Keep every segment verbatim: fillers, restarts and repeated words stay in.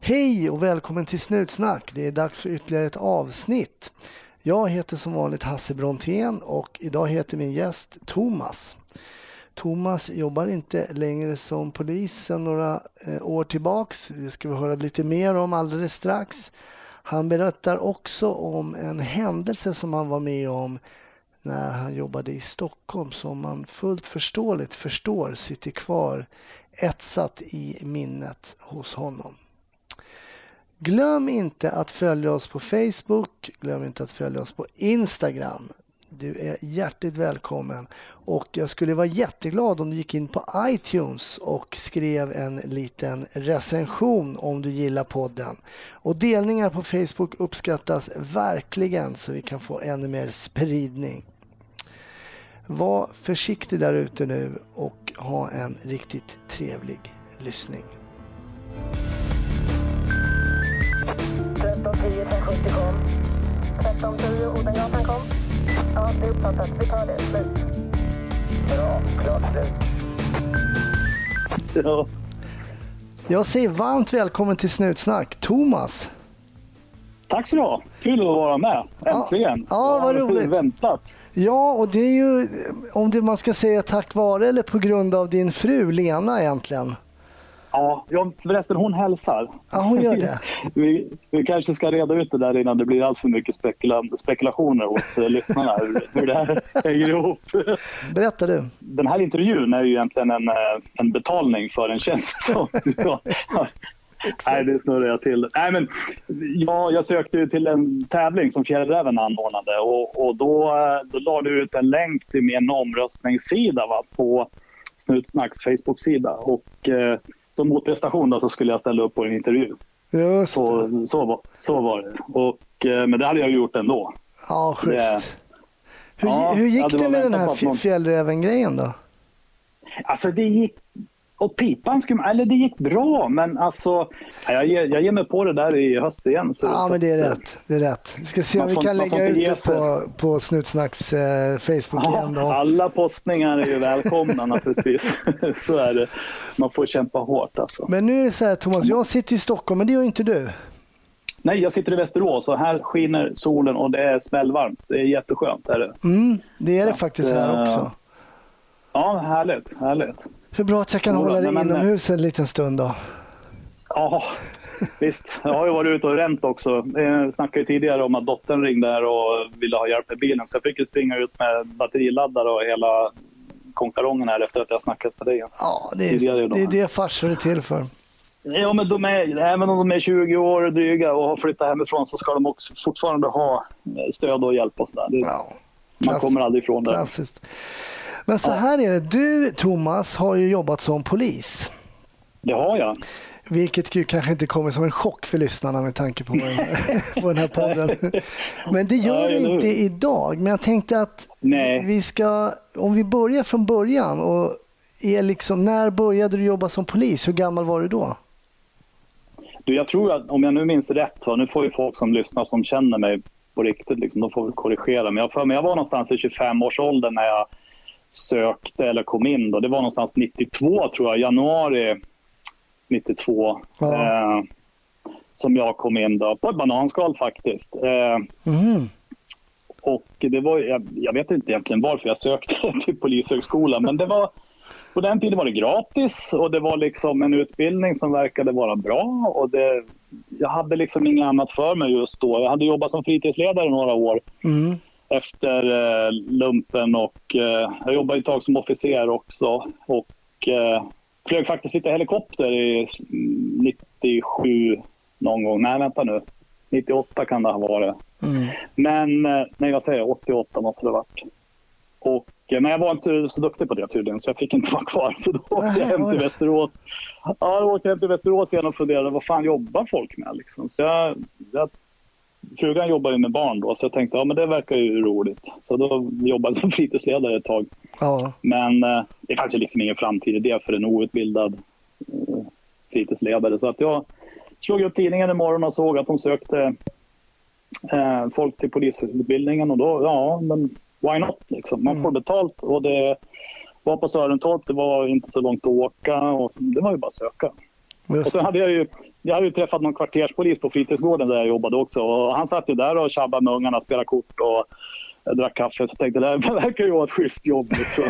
Hej och välkommen till Snutsnack. Det är dags för ytterligare ett avsnitt. Jag heter som vanligt Hasse Brontén och idag heter min gäst Thomas. Thomas jobbar inte längre som polis sedan några eh, år tillbaks. Det ska vi höra lite mer om alldeles strax. Han berättar också om en händelse som han var med om när han jobbade i Stockholm, som man fullt förståeligt förstår sitter kvar etsat i minnet hos honom. Glöm inte att följa oss på Facebook, glöm inte att följa oss på Instagram. Du är hjärtligt välkommen och jag skulle vara jätteglad om du gick in på iTunes och skrev en liten recension om du gillar podden. Och delningar på Facebook uppskattas verkligen så vi kan få ännu mer spridning. Var försiktig där ute nu och ha en riktigt trevlig lyssning. tretton tio sjuttio kom. tretton tio Odengatan kom. Ja, det är uppfattat. Vi tar det. Slut. Bra. Klart slut. Ja. Jag säger varmt välkommen till Snutsnack. Thomas. Tack så du. Kul att vara med. Äntligen. Ja, vad roligt. Väntat. Ja, och det är ju, om det man ska säga tack vare eller på grund av din fru Lena egentligen. Ja, jag, förresten hon hälsar. Ja, hon gör det. vi, vi kanske ska reda ut det där innan det blir allt för mycket spekula, spekulationer hos uh, lyssnarna hur, hur det här hänger ihop. Berätta du. Den här intervjun är ju egentligen en, en betalning för en tjänst som du har. Nej, det snurrar jag till. Nej, men ja, jag sökte ju till en tävling som Fjällräven anordnade och, och då, då la du ut en länk till min omröstningssida va, på Snutsnacks Facebook-sida och eh, som motprestation då så skulle jag ställa upp på en intervju. Just så, så, var, så var det. Och, eh, men det hade jag gjort ändå. Ja, schysst. Det, hur, ja, hur gick ja, det, det med den här någon... Fjällräven-grejen då? Alltså det gick och pipan skulle, eller det gick bra men alltså jag ger, jag ger mig på det där i höst igen. Så ja men det är rätt, det är rätt. Vi ska se om vi kan lägga ut det på, på Snutsnacks eh, Facebook ja, igen då. Alla postningar är ju välkomna naturligtvis. Så är det. Man får kämpa hårt alltså. Men nu är det så här Thomas, jag sitter i Stockholm men det gör inte du. Nej, jag sitter i Västerås och här skiner solen och det är smällvarmt. Det är jätteskönt. Är det? Mm, det är det så, faktiskt här också. Ja, härligt, härligt. Hur bra att jag kan hålla dig inomhus en liten stund då? Ja, visst. Jag har ju varit ute och ränt också. Jag snackade ju tidigare om att dottern ringde här och ville ha hjälp med bilen. Så jag fick ju springa ut med batteriladdare och hela konkarongen här efter att jag snackat med dig. Ja, det är det, är det farsor är till för. Ja, men de är, även om de är tjugo år dryga och har flyttat hemifrån så ska de också fortfarande ha stöd och hjälp och sådär. Det, ja, man kommer aldrig ifrån det. Klassiskt. Men så här är det, du Thomas har ju jobbat som polis. Det har jag. Vilket ju kanske inte kommer som en chock för lyssnarna med tanke på, en, på den här podden. Men det gör du inte idag. Men jag tänkte att Nej. vi ska, om vi börjar från början och är liksom, när började du jobba som polis? Hur gammal var du då? Du, jag tror att om jag nu minns rätt, så nu får ju folk som lyssnar som känner mig på riktigt, liksom, de får väl korrigera. Men jag, för mig, jag var någonstans i tjugofem års ålder när jag sökte eller kom in då. Det var någonstans nittiotvå tror jag, januari nittiotvå ja. eh, som jag kom in då, på ett bananskal faktiskt. Eh, mm. Och det var, jag, jag vet inte egentligen varför jag sökte till polishögskolan, men det var, på den tiden var det gratis och det var liksom en utbildning som verkade vara bra och det, jag hade liksom inget annat för mig just då. Jag hade jobbat som fritidsledare några år. Mm. Efter eh, lumpen och eh, jag jobbade ett tag som officer också och eh, flög faktiskt lite helikopter i nittiosju någon gång. Nej, vänta nu. nittioåtta kan det ha varit. Mm. Men eh, nej, jag säger åttioåtta måste det ha varit. Och, eh, men jag var inte så duktig på det tydligen så jag fick inte vara kvar. Så då åkte jag hem till Västerås. Ja, jag åkte hem till Västerås igen och funderade vad fan jobbar folk med liksom. Så jag... jag frugan jobbar ju med barn då så jag tänkte ja men det verkar ju roligt. Så då jobbade jag som fritidsledare ett tag. Ja. Men eh, det fanns ju liksom ingen framtid i det för en outbildad eh, fritidsledare. Så att jag slog upp tidningen i morgon och såg att de sökte eh, folk till polisutbildningen och då, ja men why not liksom. Man får betalt och det var på Sörentorp, det var inte så långt att åka och det var ju bara att söka. Just. Och så hade jag ju jag hade ju träffat någon kvarterspolis på fritidsgården där jag jobbade också. Och han satt ju där och tjabbade med ungarna, spelade kort och jag drack kaffe. Så tänkte jag, det verkar ju vara ett schysst jobb. Liksom.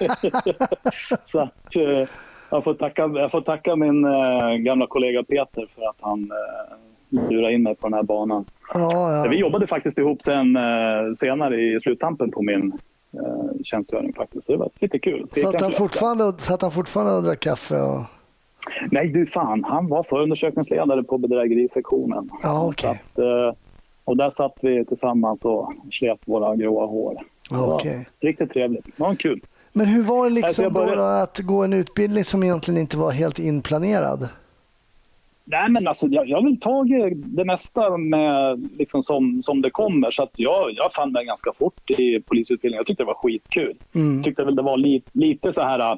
Så att, eh, jag, får tacka, jag får tacka min eh, gamla kollega Peter för att han eh, lurade in mig på den här banan. Ja, ja. Vi jobbade faktiskt ihop sen eh, senare i sluttampen på min eh, tjänstgöring faktiskt. Det var lite kul. Satt han, fortfarande, satt han fortfarande och drack kaffe? Och... Nej du fan, han var förundersökningsledare på bedrägerisektionen. Ja, okej. Okay. Eh, och där satt vi tillsammans och slet våra gråa hår. Ja, okay. Riktigt trevligt. Det var kul. Men hur var det liksom alltså började... då att gå en utbildning som egentligen inte var helt inplanerad? Nej men alltså jag, jag vill ta det mesta med liksom som, som det kommer, så att jag, jag fann mig ganska fort i polisutbildningen. Jag tyckte det var skitkul. Mm. Jag tyckte väl det var li, lite så här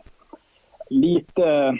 lite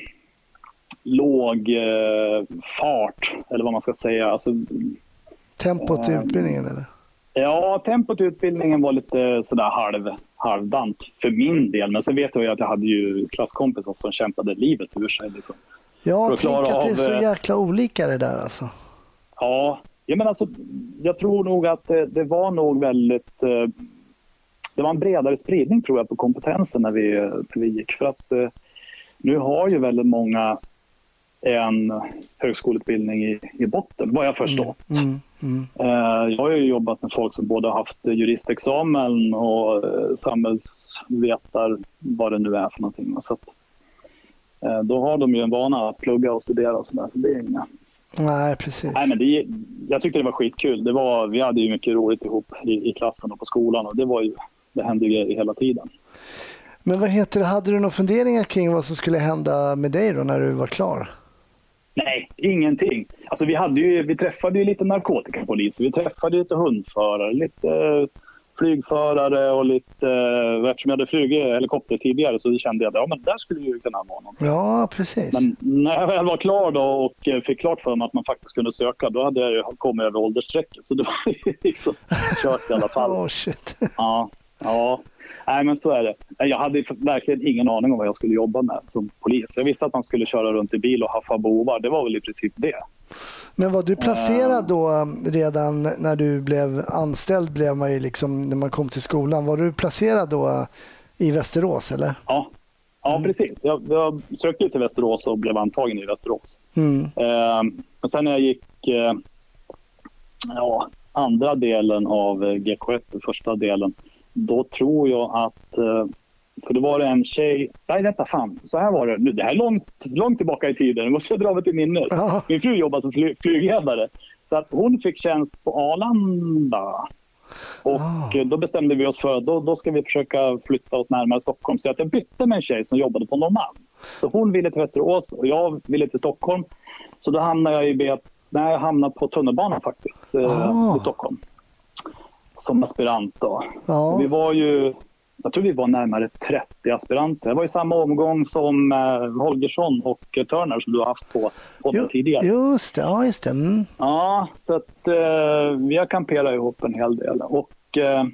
låg eh, fart eller vad man ska säga. Alltså, tempot i utbildningen eller? Ja, tempot i utbildningen var lite sådär halv, halvdant för min del. Men så vet jag ju att jag hade ju klasskompisar som kämpade livet ur sig. Liksom. Ja, jag tänker att det är så av, jäkla olika det där alltså. Ja, jag, men alltså, jag tror nog att det, det var nog väldigt... Eh, det var en bredare spridning tror jag på kompetensen när vi, när vi gick. För att eh, nu har ju väldigt många en högskoleutbildning i, i botten, vad jag förstått. Mm, mm, mm. Eh, jag har ju jobbat med folk som både har haft juristexamen och eh, samhällsvetar, vad det nu är för någonting. Så att, eh, då har de ju en vana att plugga och studera och sådär, så det är inga... Nej, precis. Nej, men det, jag tyckte det var skitkul. Det var, vi hade ju mycket roligt ihop i, i klassen och på skolan och det var ju, det hände ju hela tiden. Men vad heter det, hade du några funderingar kring vad som skulle hända med dig då när du var klar? Nej, ingenting. Alltså vi, hade ju, vi träffade ju lite narkotikapoliser, vi träffade lite hundförare, lite flygförare och lite... Eftersom jag hade flugit helikopter tidigare så kände jag att ja, men där skulle ju kunna vara något. Ja, precis. Men när jag väl var klar då och fick klart för mig att man faktiskt kunde söka, då hade jag ju kommit över åldersstrecket. Så det var liksom kört i alla fall. Oh, shit. Ja, ja. Nej, men så är det. Jag hade verkligen ingen aning om vad jag skulle jobba med som polis. Jag visste att man skulle köra runt i bil och haffa bovar. Det var väl i princip det. Men var du placerad då redan när du blev anställd, blev man ju liksom, när man kom till skolan? Var du placerad då i Västerås eller? Ja, ja mm. precis. Jag, jag sökte till Västerås och blev antagen i Västerås. Mm. Eh, men sen när jag gick eh, ja, andra delen av G K ett, första delen, då tror jag att, för det var det en tjej, nej detta fan, så här var det, det här är långt, långt tillbaka i tiden, det måste jag dra mig till minnet. Ja. Min fru jobbade som fly, flygledare, så att hon fick tjänst på Arlanda. Och ja. Då bestämde vi oss för att då, då ska vi försöka flytta oss närmare Stockholm. Så att jag bytte med en tjej som jobbade på Norrmalm. Så hon ville till Västerås och jag ville till Stockholm. Så då hamnade jag i B, nej, jag hamnade på tunnelbanan faktiskt, ja. i Stockholm. Som aspirant då. Ja. Vi var ju, jag tror vi var närmare trettio aspiranter. Det var ju samma omgång som eh, Holgersson och eh, Turner som du har haft på podden tidigare. Just det, ja just det. Mm. Ja, så att eh, vi har kamperat ihop en hel del. Och eh,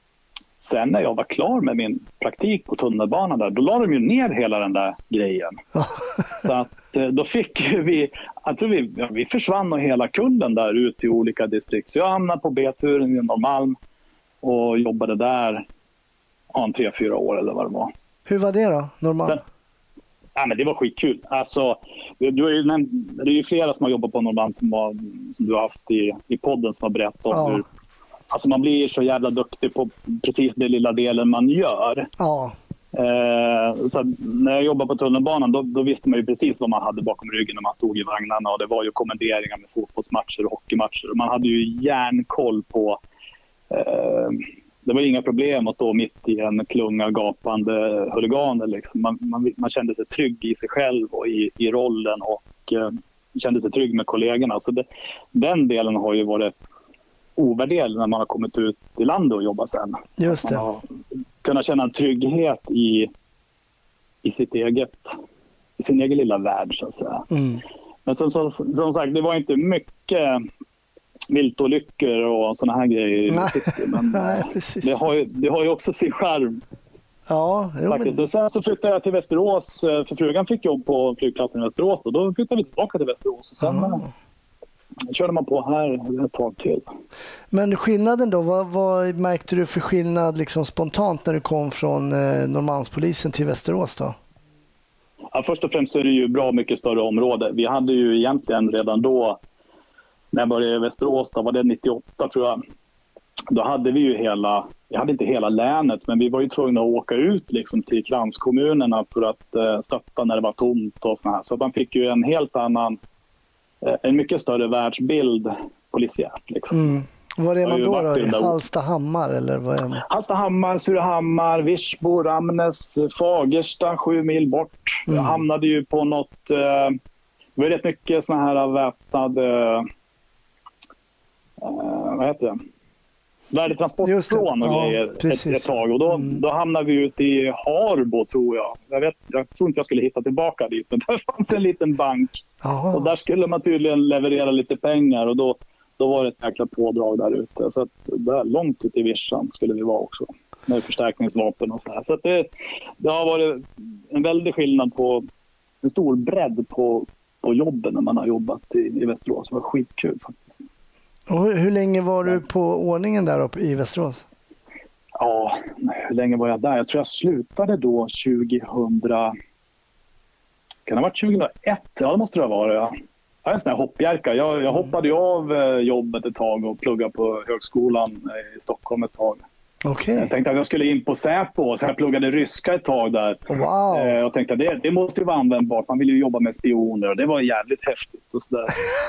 sen när jag var klar med min praktik på tunnelbanan där, då la de ju ner hela den där grejen. Så att eh, då fick vi, jag tror vi, ja, vi försvann och hela kullen där ut i olika distrikt. Så jag hamnade på B-turen i Norrmalm och jobbade där ja, en tre, fyra år eller vad det var. Hur var det då, Norrmalm? Sen, ja, men det var skitkul. Alltså, du har ju nämnt, det är ju flera som har jobbat på Norrmalm som, var, som du har haft i, i podden som har berättat om ja. hur alltså man blir så jävla duktig på precis den lilla delen man gör. Ja. Eh, så när jag jobbade på tunnelbanan då, då visste man ju precis vad man hade bakom ryggen när man stod i vagnarna. Och det var ju kommenderingar med fotbollsmatcher och hockeymatcher. Man hade ju järnkoll på... Eh, det var inga problem att stå mitt i en klunga gapande huliganer. Liksom. Man, man, man kände sig trygg i sig själv och i, i rollen och eh, kände sig trygg med kollegorna. Så det, den delen har ju varit ovärderlig när man har kommit ut i landet och jobbat sen. Just det. Man har kunnat känna en trygghet i, i sitt eget, i sin egen lilla värld så att säga. Mm. Men som, som, som sagt, det var inte mycket viltolyckor och såna här grejer. Nej. Men Nej, precis. Det har ju, det har ju också sin charm. Ja, jo, Faktiskt. men... Och sen så flyttade jag till Västerås, för frugan fick jobb på flygplatsen i Västerås och då flyttade vi tillbaka till Västerås. Och sen Aha. körde man på här ett tag till. Men skillnaden då, vad, vad märkte du för skillnad liksom spontant när du kom från eh, Norrmalmspolisen till Västerås då? Ja, först och främst är det ju bra mycket större område. Vi hade ju egentligen redan då, när jag började i Västerås, då var det nittioåtta tror jag. Då hade vi ju hela, vi hade inte hela länet, men vi var ju tvungna att åka ut liksom till kranskommunerna för att eh, stötta när det var tomt och såna här. Så man fick ju en helt annan, eh, en mycket större världsbild polisiärt liksom. Mm. Var är man då? då? I där... Hallstahammar eller vad är man? Hallstahammar, Surahammar, Virsbo, Ramnäs, Fagersta, sju mil bort. Mm. Jag hamnade ju på något, eh, det var rätt mycket såna här väpnade, eh, vad heter det? Värdetransportfrån och ja, grejer ett, ett tag. Och då, mm. då hamnade vi ute i Harbo tror jag. Jag, vet, jag tror inte jag skulle hitta tillbaka dit. Men där fanns en liten bank. Aha. Och där skulle man tydligen leverera lite pengar. Och då, då var det ett jäkla pådrag där ute. Så att där, långt ute i Virsan skulle vi vara också. Med förstärkningsvapen och så här. Så att det, det har varit en väldig skillnad på en stor bredd på, på jobben när man har jobbat i, i Västerås. Det var skitkul faktiskt. Och hur, hur länge var du på ordningen där uppe i Västerås? Ja, hur länge var jag där? Jag tror jag slutade då tjugohundra... Kan det ha varit tjugohundraett? Ja, det måste det ha varit. Ja. Jag är en sån här hoppjärka. Jag, jag hoppade ju av jobbet ett tag och pluggade på högskolan i Stockholm ett tag. Okay. Jag tänkte att jag skulle in på Säpo, så jag pluggade ryska ett tag där. Wow. Jag tänkte att det, det måste ju vara användbart. Man vill ju jobba med spioner och det var jävligt häftigt. Och så där.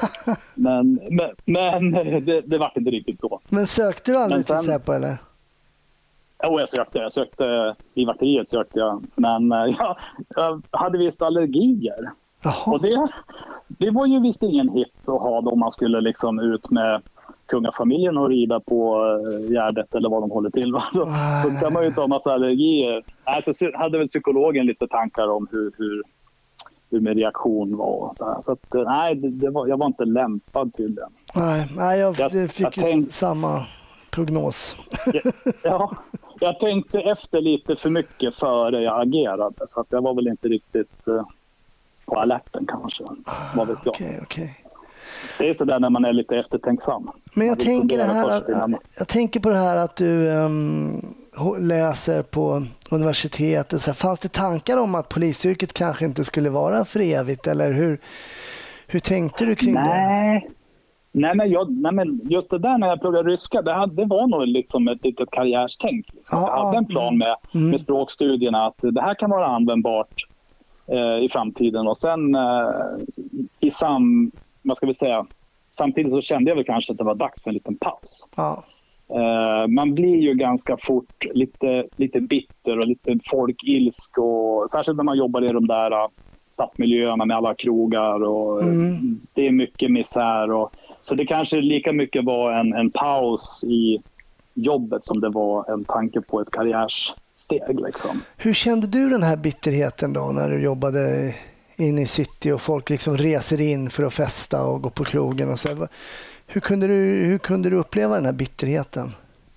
men men, men det, det var inte riktigt så. Men sökte du aldrig sen, till Säpo eller? Ja, jag sökte. Jag sökte i vakteriet sökte jag. Men ja, jag hade visst allergier. Jaha. Och det, det var ju visst ingen hit att ha då man skulle liksom ut med kungafamiljen och rida på Gärdet eller vad de håller till. Va? Så, så kan man ju ta en massa allergier. Alltså, hade väl psykologen lite tankar om hur, hur, hur min reaktion var. Så att, nej, det, det var, jag var inte lämpad till det. Nej, nej jag, jag fick jag ju tänk... samma prognos. ja, ja, jag tänkte efter lite för mycket före jag agerade. Så att jag var väl inte riktigt uh, på alerten kanske. Vad vet jag. Okay, okay. Det är så där när man är lite eftertänksam. Men jag tänker, det här att, jag tänker på det här att du um, läser på universitet. Och så här. Fanns det tankar om att polisyrket kanske inte skulle vara för evigt? Eller hur, hur tänkte du kring nej. det? Nej, nej, jag, nej, men just det där när jag pluggade ryska, det, hade, det var nog liksom ett litet karriärstänk. Liksom. Ah, jag hade en plan med, mm. med språkstudierna att det här kan vara användbart eh, i framtiden. Och sen eh, i sam... vad ska vi säga, samtidigt så kände jag väl kanske att det var dags för en liten paus. Ja. Uh, man blir ju ganska fort lite, lite bitter och lite folkilsk och särskilt när man jobbar i de där uh, stadsmiljöerna med alla krogar och mm. det är mycket misär och så det kanske lika mycket var en, en paus i jobbet som det var en tanke på ett karriärsteg liksom. Hur kände du den här bitterheten då när du jobbade in i city och folk liksom reser in för att festa och gå på krogen och så. Hur kunde du, hur kunde du uppleva den här bitterheten?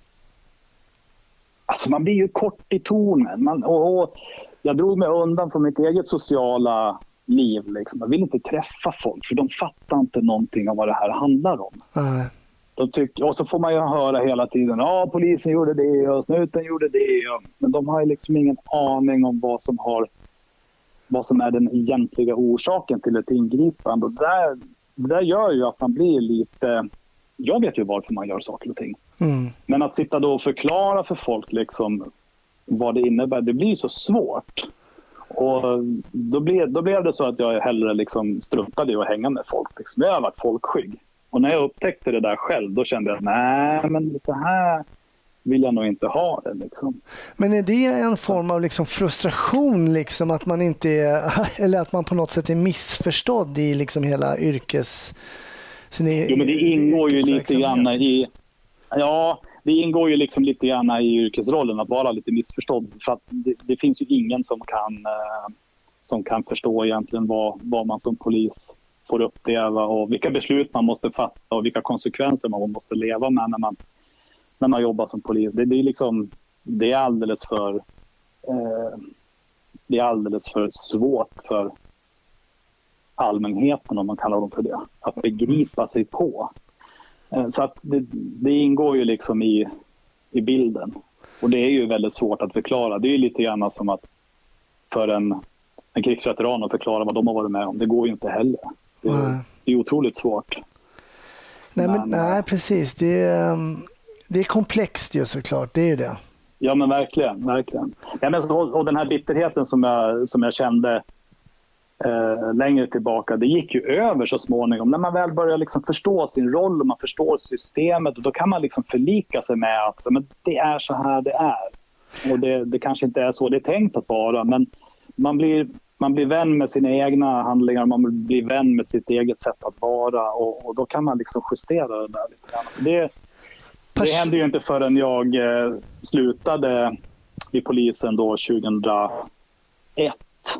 Alltså man blir ju kort i tonen. Man, och, och jag drog mig undan från mitt eget sociala liv. Liksom. Jag vill inte träffa folk för de fattar inte någonting av vad det här handlar om. Nej. De tycker, och så får man ju höra hela tiden ja polisen gjorde det och snuten gjorde det. Och, men de har ju liksom ingen aning om vad som har vad som är den egentliga orsaken till ett ingripande. Och där, där gör ju att man blir lite... Jag vet ju varför man gör saker och ting. Mm. Men att sitta då och förklara för folk liksom vad det innebär, det blir så svårt. Och då blev, då blev det så att jag hellre liksom struntade i att hänga med folk. Liksom. Jag har varit folkskygg. Och när jag upptäckte det där själv, då kände jag nej men så här vill jag nog inte ha det liksom. Men är det en form av liksom frustration liksom att man inte är, eller att man på något sätt är missförstådd i liksom hela yrkes sin Jo men det ingår ju lite grann i ja, det ingår ju liksom lite grann i yrkesrollen att vara lite missförstådd för att det, det finns ju ingen som kan eh, som kan förstå egentligen vad, vad man som polis får uppleva och vilka beslut man måste fatta och vilka konsekvenser man måste leva med när man när man jobbar som polis. Det, det är liksom det är alldeles för eh, det är alldeles för svårt för allmänheten, om man kallar dem för det, att begripa sig på. Eh, så att det, det ingår ju liksom i, i bilden. Och det är ju väldigt svårt att förklara. Det är ju lite grann som att för en, en krigsveteran att förklara vad de har varit med om. Det går ju inte heller. Det, mm. det är otroligt svårt. Nej, men, nej precis. Det är, det är komplext ju såklart. Det är ju det. Ja, men verkligen. verkligen. Ja, men, och, och den här bitterheten som jag, som jag kände eh, längre tillbaka, det gick ju över så småningom. När man väl börjar liksom förstå sin roll och man förstår systemet, och då kan man liksom förlika sig med att men det är så här det är. Och det, det kanske inte är så det är tänkt att vara, men man blir, man blir vän med sina egna handlingar, man blir vän med sitt eget sätt att vara, och, och då kan man liksom justera det där lite grann. Det, det hände ju inte förrän jag eh, slutade i polisen då tjugohundraett.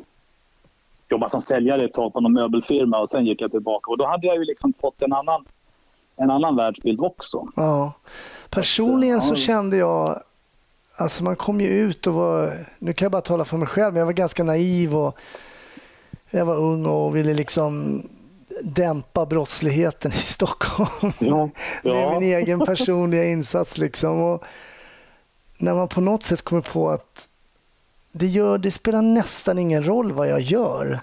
Jobbat som säljare ett tag på någon möbelfirma, och sen gick jag tillbaka. Och då hade jag ju liksom fått en annan, en annan världsbild också. Ja. Personligen så kände jag, alltså man kom ju ut och var, nu kan jag bara tala för mig själv, men jag var ganska naiv och jag var ung och ville liksom dämpa brottsligheten i Stockholm. Ja, ja. Med min egen personliga insats liksom. Och när man på något sätt kommer på att det, gör, det spelar nästan ingen roll vad jag gör.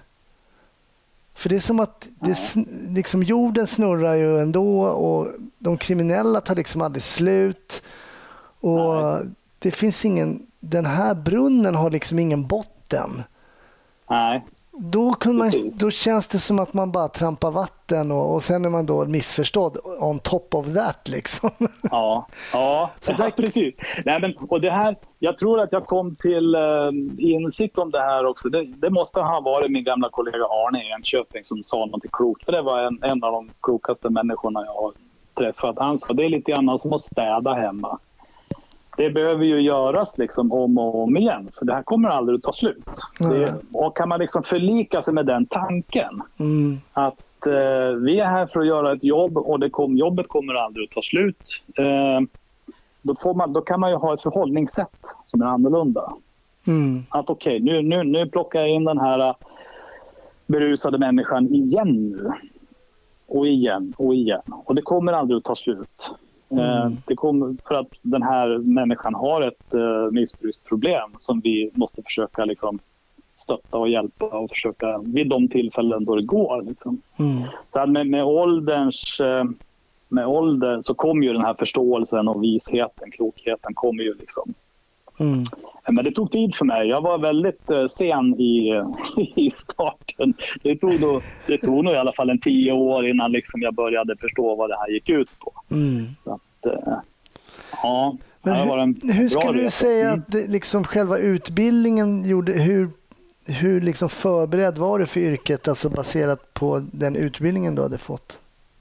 För det är som att det, liksom, jorden snurrar ju ändå, och de kriminella tar liksom aldrig slut. Och Nej. det finns ingen, den här brunnen har liksom ingen botten. Nej. Då, kunde man, då känns det som att man bara trampar vatten, och, och sen är man då missförstådd on top of that liksom. Ja, ja, så där... precis. Nej, men, och det här, jag tror att jag kom till uh, insikt om det här också. Det, det måste ha varit min gamla kollega Arne i Enköping som sa något klokt. För det var en, en av de klokaste människorna jag har träffat. Han sa, det är lite grann som att städa hemma. Det behöver ju göras liksom om och om igen, för det här kommer aldrig att ta slut. Mm. Det, och kan man liksom förlika sig med den tanken mm. att eh, vi är här för att göra ett jobb, och det kom, jobbet kommer aldrig att ta slut. Eh, då, får man, då kan man ju ha ett förhållningssätt som är annorlunda. Mm. Att okej, okay, nu, nu, nu plockar jag in den här berusade människan igen nu. Och igen och igen. Och det kommer aldrig att ta slut. Mm. Det kommer för att den här människan har ett uh, missbruksproblem som vi måste försöka liksom, stötta och hjälpa och försöka vid de tillfällen då det går. Liksom. Mm. Så att med, med, ålderns, uh, med ålder så kommer ju den här förståelsen och visheten, klokheten kommer ju liksom. Mm. Men det tog tid för mig. Jag var väldigt uh, sen i, uh, i starten. Det tog, då, det tog nog i alla fall en tio år innan liksom jag började förstå vad det här gick ut på. Mm. Så att, uh, ja, men det hur, var en hur skulle du resa. säga Mm. att det, liksom själva utbildningen gjorde, hur, hur liksom förberedd var du för yrket, alltså baserat på den utbildningen du hade fått?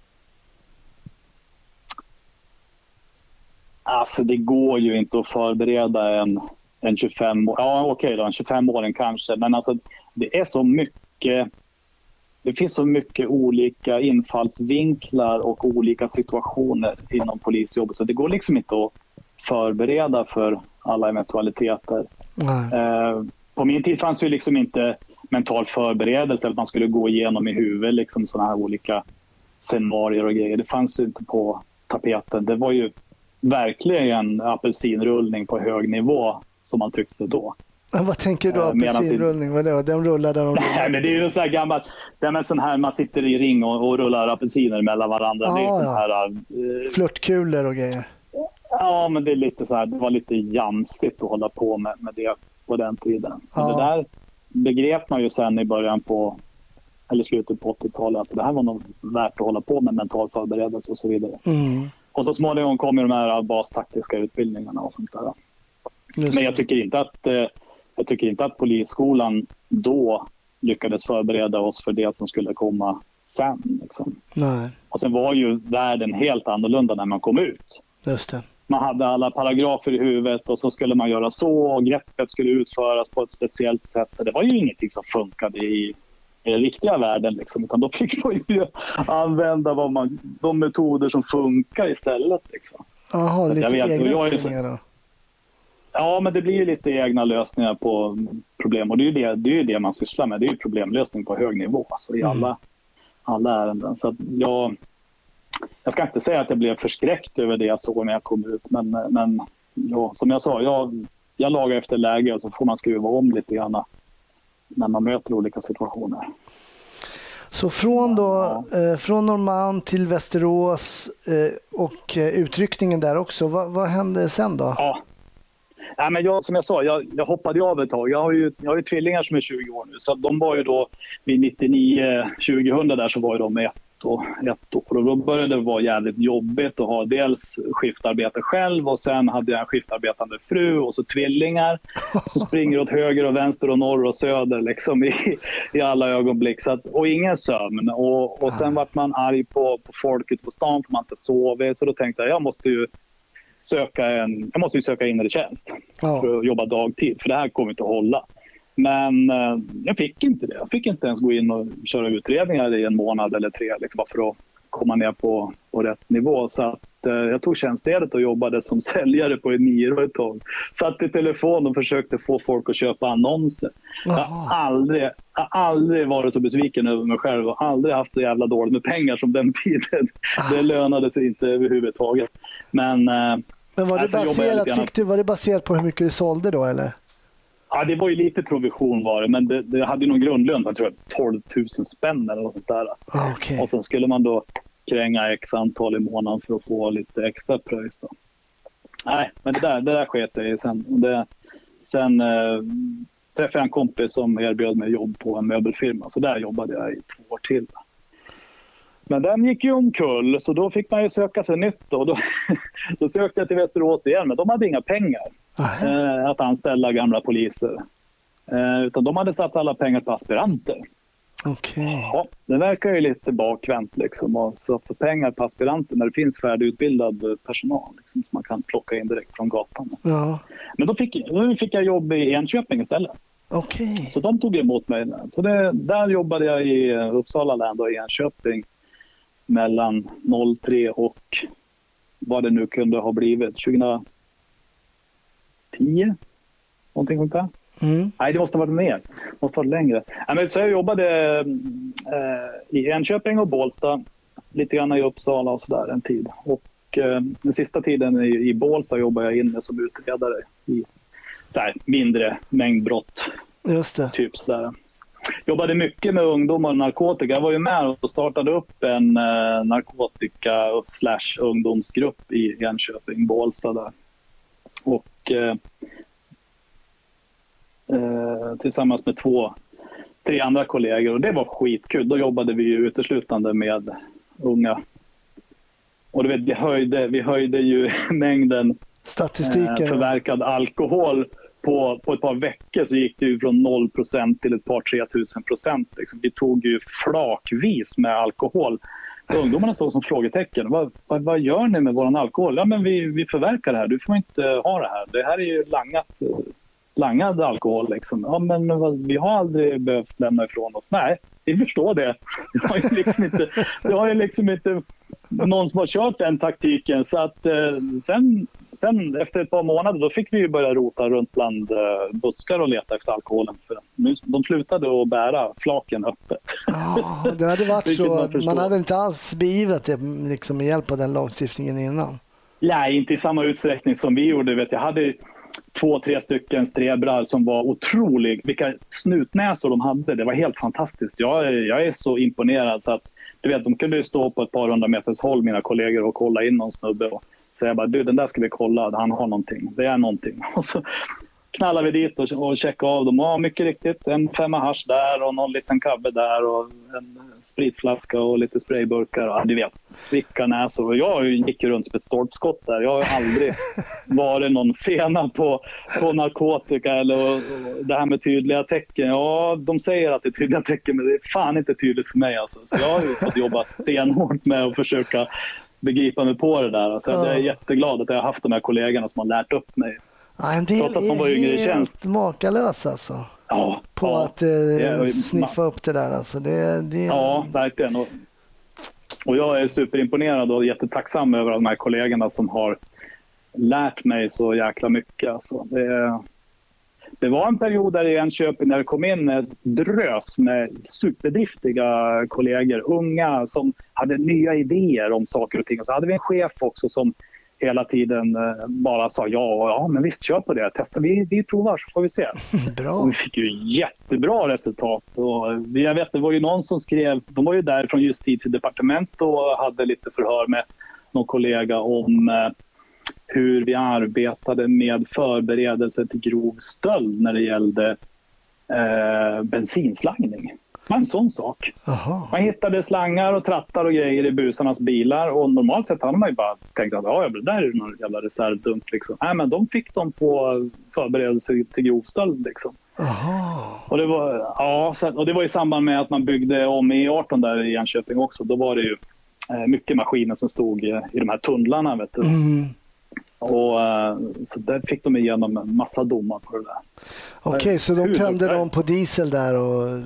Alltså det går ju inte att förbereda en, en tjugofem år. Ja okej okay då, en tjugofem-åring kanske. Men alltså det är så mycket, det finns så mycket olika infallsvinklar och olika situationer inom polisjobbet. Så det går liksom inte att förbereda för alla eventualiteter. Eh, på min tid fanns det ju liksom inte mental förberedelse att man skulle gå igenom i huvudet liksom sådana här olika scenarier och grejer. Det fanns ju inte på tapeten. Det var ju verkligen apelsinrullning på hög nivå som man tyckte då. Vad tänker du apelsinrullning? Vad det? Den rullade de Nej, men det är ju så här gammalt. Det är sån här man sitter i ring och, och rullar apelsiner mellan varandra. Ah, det är ja. sån här uh, flörtkulor och grejer. Ja, men det är lite så här, det var lite jamsigt att hålla på med, med det på den tiden. Ah. Det där begrep man ju sen i början på eller slutet på åttiotalet att det här var nog värt att hålla på med mental förberedelse och så vidare. Mm. Och så småningom kommer de här bastaktiska utbildningarna och sånt där. Men jag tycker inte att jag tycker inte att polisskolan då lyckades förbereda oss för det som skulle komma sen. Liksom. Nej. Och sen var ju världen helt annorlunda när man kom ut. Just det. Man hade alla paragrafer i huvudet och så skulle man göra så och greppet skulle utföras på ett speciellt sätt. Det var ju ingenting som funkade i i den riktiga världen liksom, utan då fick man ju använda vad man, de metoder som funkar istället liksom. Jaha, lite jag vet, egna jag uppfinningar då? Ja, men det blir ju lite egna lösningar på problem. Och det är ju det, det, är ju det man sysslar med. Det är ju problemlösning på hög nivå. Alltså i alla, alla ärenden. Så att jag, jag ska inte säga att jag blev förskräckt över det jag såg när jag kom ut. Men, men ja, som jag sa, jag, jag lagar efter läge och så får man skruva om lite grann när man möter olika situationer. Så från, då, eh, från Norrmalm till Västerås eh, och eh, utryckningen där också, Va, vad hände sen då? Ja. Nej, men jag, som jag sa, jag, jag hoppade av ett tag. Jag har, ju, jag har ju tvillingar som är tjugo år nu. Så de var ju då vid nittionio tjugohundra där så var ju de ett, och, ett år. Och då började det vara jävligt jobbigt att ha dels skiftarbete själv och sen hade jag en skiftarbetande fru och så tvillingar som springer åt höger och vänster och norr och söder liksom i, i alla ögonblick. Så att, och ingen sömn. Och, och sen vart man arg på, på folket på stan för man inte sov. Så då tänkte jag, jag måste ju söka en, jag måste ju söka inre tjänst Ja. för att jobba dagtid. För det här kommer inte att hålla. Men eh, jag fick inte det. Jag fick inte ens gå in och köra utredningar i en månad eller tre. Liksom, bara för att komma ner på, på rätt nivå. Så att eh, jag tog tjänstledigt och jobbade som säljare på en Miro ett tag. Satt i telefon och försökte få folk att köpa annonser. Jag har aldrig, jag har aldrig varit så besviken över mig själv och aldrig haft så jävla dåligt med pengar som den tiden. Det lönade sig inte överhuvudtaget. Men, eh, Men var det, baserat, fick du, var det baserat på hur mycket du sålde då eller? Ja, det var ju lite provision var det, men det, det hade ju någon grundlön på tolv tusen spänn eller något sånt där. Okay. Och sen skulle man då kränga x antal i månaden för att få lite extra pröjs då. Nej, men det där, det där sket jag i sen. Det, sen eh, träffade jag en kompis som erbjöd mig jobb på en möbelfirma, så där jobbade jag i två år till. Men den gick ju omkull, så då fick man ju söka sig nytt då. Då, då sökte jag till Västerås igen, men de hade inga pengar eh, att anställa gamla poliser. Eh, utan de hade satt alla pengar på aspiranter. Okej. Okay. Ja, det verkar ju lite bakvänt liksom, att satsa pengar på aspiranter när det finns färdigutbildad personal liksom, som man kan plocka in direkt från gatan. Ja. Men då fick, då fick jag jobb i Enköping istället. Okej. Okay. Så de tog emot mig. Så det, där jobbade jag i Uppsala län och i Enköping mellan noll tre och vad det nu kunde ha blivit, tjugo tio? Någonting sånt där? Mm. Nej, det måste ha varit mer. Det måste ha varit längre. Ja, men så jag jobbade eh, i Enköping och Bålsta, lite grann i Uppsala och sådär en tid. Och eh, den sista tiden i, i Bålsta jobbade jag inne som utredare i där, mindre mängdbrott. Just det. Typ sådär. Jobbade mycket med ungdomar och narkotika. Jag var ju med och startade upp en eh, narkotika slash ungdomsgrupp i Enköping, Bålsta där. Och eh, eh, tillsammans med två, tre andra kollegor. Och det var skitkul. Då jobbade vi ju uteslutande med unga. Och du vet, vi höjde, vi höjde ju mängden statistiken eh, förverkad alkohol. På, på ett par veckor så gick det ju från noll procent till ett par tre tusen procent. Liksom. Vi tog ju flakvis med alkohol. Ungdomarna stod som frågetecken. Vad, vad, vad gör ni med våran alkohol? Ja, men vi, vi förverkar det här. Du får inte ha det här. Det här är ju langat, langad alkohol. Liksom. Ja, men vi har aldrig behövt lämna ifrån oss. Nej, vi förstår det. Det har ju liksom inte, det har ju liksom inte någon som har kört den taktiken. Så att eh, sen... Sen efter ett par månader då fick vi ju börja rota runt bland uh, buskar och leta efter alkoholen. För de slutade att bära flaken öppet. Ja, det hade varit så. Man, man hade inte alls beivrat det liksom, med hjälp av den lagstiftningen innan. Nej, inte i samma utsträckning som vi gjorde. Vet jag hade två, tre stycken strebrar som var otroligt. Vilka snutnäsor de hade. Det var helt fantastiskt. Jag, jag är så imponerad så att du vet, de kunde ju stå på ett par hundra meters håll, mina kollegor, och kolla in någon snubbe och så jag bara, du, den där ska vi kolla, han har någonting, det är någonting. Och så knallar vi dit och, och checkar av dem. Ja, mycket riktigt, en femma hasch där och någon liten kabbe där och en spritflaska och lite sprayburkar. Ja, du vet, vilka näsor. Och jag gick runt med ett stolpskott där. Jag har aldrig varit någon fena på, på narkotika eller och, och det här med tydliga tecken. Ja, de säger att det är tydliga tecken, men det är fan inte tydligt för mig. Alltså. Så jag har ju fått jobba stenhårt med att försöka begripa mig på det där. Alltså, ja. Jag är jätteglad att jag har haft de här kollegorna som har lärt upp mig. Ja, en del att man var är helt makalös alltså. Ja, på ja. att eh, sniffa upp det där. Alltså. Det, det... Ja, verkligen. Och, och jag är superimponerad och jättetacksam över de här kollegorna som har lärt mig så jäkla mycket. Alltså. Det, det var en period där i Enköping när det kom in ett drös med superdriftiga kollegor, unga som hade nya idéer om saker och ting. Och så hade vi en chef också som hela tiden bara sa ja, ja men visst, kör på det. Testa, vi, vi provar så får vi se. Bra. Och vi fick ju jättebra resultat. Och jag vet, det var ju någon som skrev, de var ju där från justitiedepartement och hade lite förhör med någon kollega om eh, hur vi arbetade med förberedelse till grov stöld när det gällde eh, bensinslangning. Det var en sån sak. Aha. Man hittade slangar och trattar och grejer i busarnas bilar och normalt sett hade man ju bara tänkt att ja, det där är någon jävla reservdunk liksom. Nej, men de fick dem på förberedelse till grov stöld liksom. Aha. Och det var, ja, och det var i samband med att man byggde om E arton där i Enköping också. Då var det ju eh, mycket maskiner som stod i, i de här tunnlarna, vet du. Mm. Och eh, så där fick de igenom en massa domar på det där. Okej, okay, så de tömde dem på diesel där och...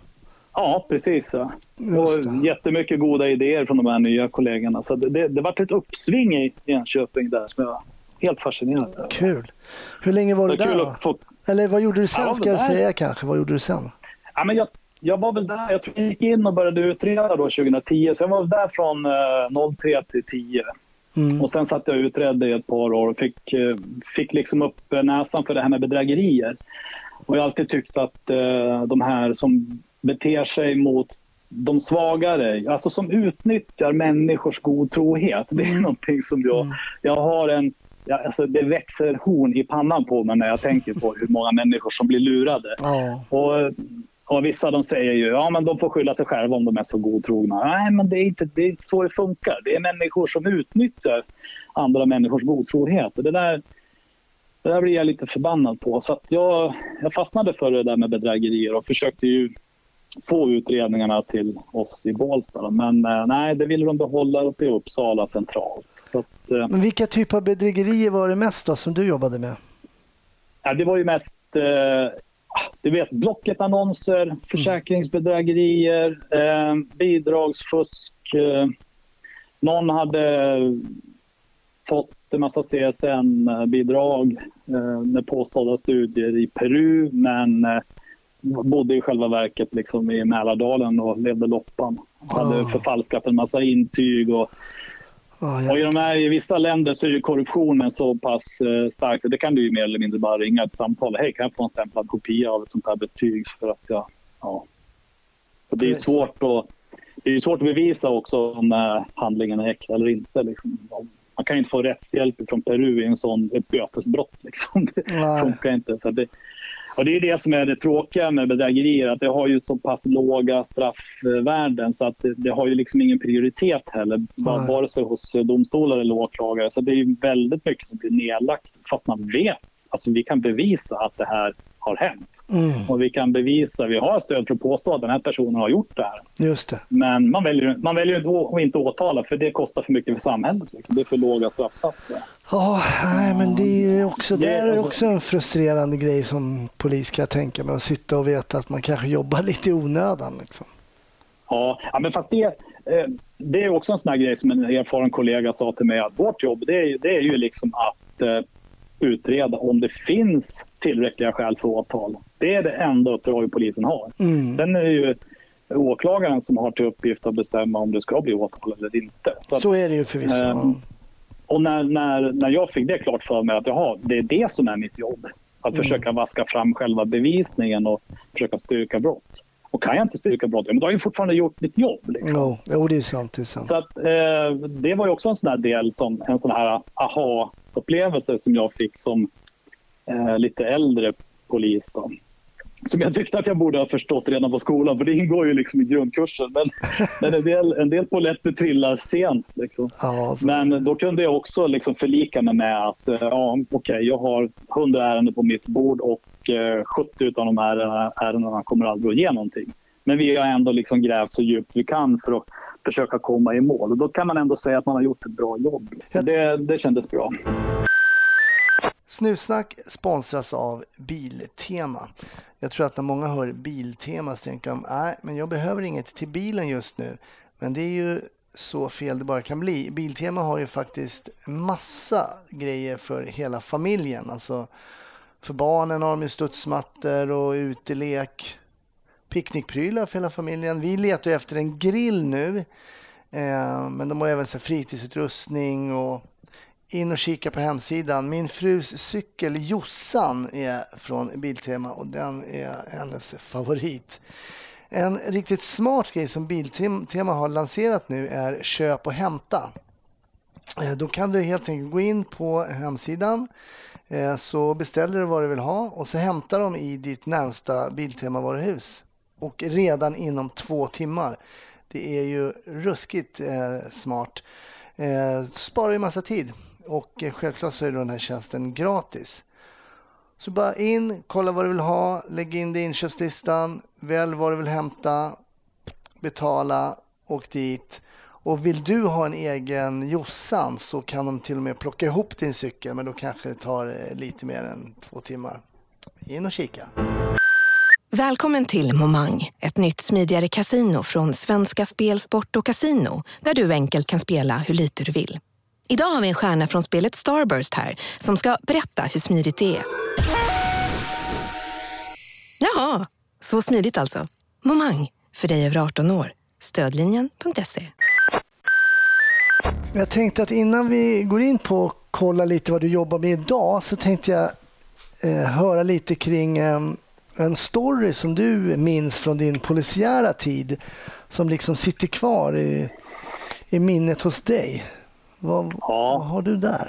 Ja, precis. Ja. Och jättemycket goda idéer från de här nya kollegorna. Så det, det, det var ett uppsving i Enköping där som jag var helt fascinerad av. Kul. Hur länge var du där då? Få... Eller vad gjorde du sen, ja, ska jag säga kanske? Vad gjorde du sen? Ja, men jag, jag var väl där. Jag tror jag gick in och började utreda då tjugohundratio. Så jag var där från eh, noll tre till tio. Mm. Och sen satt jag och utredde i ett par år och fick, eh, fick liksom upp näsan för det här med bedrägerier. Och jag har alltid tyckt att eh, de här som beter sig mot de svagare, alltså som utnyttjar människors godtrohet. Det är mm. någonting som jag, mm. jag har en, ja, alltså det växer horn i pannan på mig när jag tänker på hur många människor som blir lurade. Mm. Och, och vissa de säger ju, ja men de får skylla sig själva om de är så godtrogna. Nej, men det är inte, det är inte så det funkar. Det är människor som utnyttjar andra människors godtrohet. Och det där Det där blir jag lite förbannad på. Så att jag, jag fastnade för det där med bedrägerier och försökte ju få utredningarna till oss i Bålsta. Men eh, nej, det ville de behålla uppe i Uppsala centralt. Så att, eh, Men vilka typer av bedrägerier var det mest då som du jobbade med? Ja, det var ju mest eh, du vet, Blocket-annonser, försäkringsbedrägerier, eh, bidragsfusk. Eh, någon hade fått en massa C S N-bidrag eh, med påstådda studier i Peru, men eh, bodde i själva verket liksom i Mälardalen och levde loppan. Hade oh. förfalskat en massa intyg och, oh, och i, de här, i vissa länder så är ju korruptionen så pass eh, stark så det kan du ju mer eller mindre bara ringa ett samtal. Hej, kan jag få en stämplad kopia av ett sånt här betyg för att jag, ja. Och det är svårt att det är svårt att bevisa också om äh, handlingen är äkta eller inte liksom. Man kan inte få rättshjälp från Peru i en sån ett bötesbrott liksom. Det funkar inte. Så det, och det är det som är det tråkiga med bedrägerier, att det har ju så pass låga straffvärden så att det, det har ju liksom ingen prioritet heller, Nej. vare sig hos domstolar eller åklagare. Så det är ju väldigt mycket som blir nedlagt för att man vet, alltså vi kan bevisa att det här har hänt. Mm. Och vi kan bevisa, vi har stöd för att påstå att den här personen har gjort det här. Just det. Men man väljer, man väljer att inte åtala för det kostar för mycket för samhället. Liksom. Det är för låga straffsatser. Ja, nej, men det är ju också, det är också en frustrerande grej som polis kan jag tänka mig. Att sitta och veta att man kanske jobbar lite i onödan. Liksom. Ja, ja, men fast det, det är också en sån här grej som en erfaren kollega sa till mig. Att vårt jobb det är, det är ju liksom att utreda om det finns tillräckliga skäl för åtal. Det är det enda uppdraget polisen har. Mm. Sen är det ju åklagaren som har till uppgift att bestämma om det ska bli åtal eller inte. Så, så är det ju förvisso. Ähm, och när, när, när jag fick det klart för mig att jaha, det är det som är mitt jobb. Att mm. försöka vaska fram själva bevisningen och försöka styrka brott. Och kan jag inte styrka brott, men då har jag fortfarande gjort mitt jobb. Liksom. No, jo, det är sant. Det är sant. Så att, eh, det var ju också en sån här del, som, en sån här aha-upplevelse som jag fick som eh, lite äldre polis. Då. Som jag tyckte att jag borde ha förstått redan på skolan, för det ingår ju liksom i grundkursen. Men, men en del, en del polletter trillar sent. Liksom. Ja, men då kunde jag också liksom förlika mig med att ja, okej, jag har hundra ärenden på mitt bord och eh, sjuttio av de här ärendena kommer aldrig att ge någonting. Men vi har ändå liksom grävt så djupt vi kan för att försöka komma i mål. Och då kan man ändå säga att man har gjort ett bra jobb. Det, det kändes bra. Snutsnack sponsras av Biltema. Jag tror att när många hör Biltema så tänker de, nej, men jag behöver inget till bilen just nu. Men det är ju så fel det bara kan bli. Biltema har ju faktiskt massa grejer för hela familjen. Alltså för barnen har de ju studsmattor och utelek, picknickprylar för hela familjen. Vi letar ju efter en grill nu, eh, men de har även så fritidsutrustning och in och kika på hemsidan. Min frus cykel Jossan är från Biltema och den är hennes favorit. En riktigt smart grej som Biltema har lanserat nu är köp och hämta. Då kan du helt enkelt gå in på hemsidan, så beställer du vad du vill ha och så hämtar de i ditt närmsta Biltema-varuhus. Och redan inom två timmar. Det är ju ruskigt eh, smart. Eh, sparar ju massa tid. Och eh, självklart så är då den här tjänsten gratis. Så bara in, kolla vad du vill ha, lägg in det i inköpslistan, välj vad du vill hämta, betala, åk dit. Och vill du ha en egen Jossan så kan de till och med plocka ihop din cykel, men då kanske det tar eh, lite mer än två timmar. In och kika. Välkommen till Momang, ett nytt smidigare kasino från Svenska Spel, Sport och Casino, där du enkelt kan spela hur lite du vill. Idag har vi en stjärna från spelet Starburst här som ska berätta hur smidigt det är. Jaha, så smidigt alltså. Momang, för dig över arton år. Stödlinjen punkt se. Jag tänkte att innan vi går in på att kolla lite vad du jobbar med idag så tänkte jag eh, höra lite kring eh, en story som du minns från din polisiära tid som liksom sitter kvar i, i minnet hos dig. Vad, ja. vad har du där?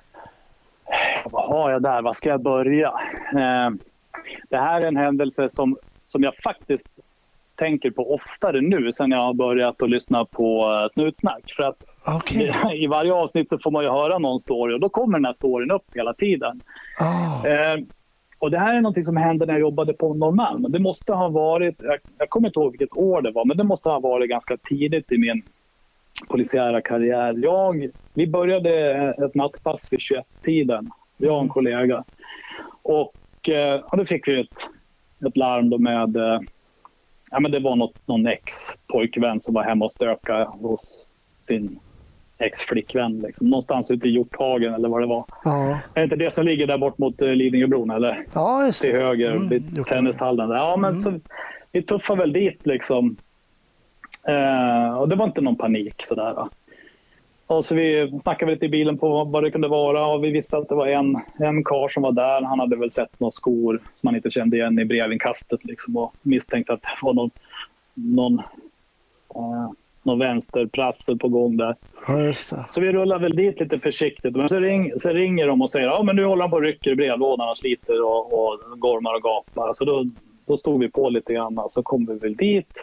Vad har jag där? Vad ska jag börja? Eh, det här är en händelse som, som jag faktiskt tänker på oftare nu sen jag har börjat att lyssna på uh, Snutsnack. För att okay. i varje avsnitt så får man ju höra någon story och då kommer den här storyn upp hela tiden. Oh. Eh, och det här är något som hände när jag jobbade på Norrmalm. Det måste ha varit, jag, jag kommer inte ihåg vilket år det var, men det måste ha varit ganska tidigt i min polisiära karriär. Jag, vi började ett nattpass vid tjugoett-tiden. Jag och en kollega. Och eh, då fick vi ett, ett larm då med... Eh, ja, men det var något, någon ex-pojkvän som var hemma och stöka hos sin ex-flickvän. Liksom. Någonstans ute i Hjorthagen eller vad det var. Ja. Är inte det som ligger där bort mot eh, Lidingöbron eller? Ja, just det. Till höger, mm, vid tennishallen. Ja, men mm. så, vi tuffade väl dit liksom. Eh, och det var inte någon panik sådär. Va? Och så vi snackade lite i bilen på vad det kunde vara och vi visste att det var en, en karl som var där. Han hade väl sett några skor som man inte kände igen i brevinkastet liksom, och misstänkte att det var någon, någon, eh, någon vänsterprassel på gång där. Ja, just det. Så vi rullar väl dit lite försiktigt. Men så, ring, så ringer de och säger ja men nu håller han på och rycker i brevlådan och sliter och, och gormar och gapar. Så då, då stod vi på lite grann så kom vi väl dit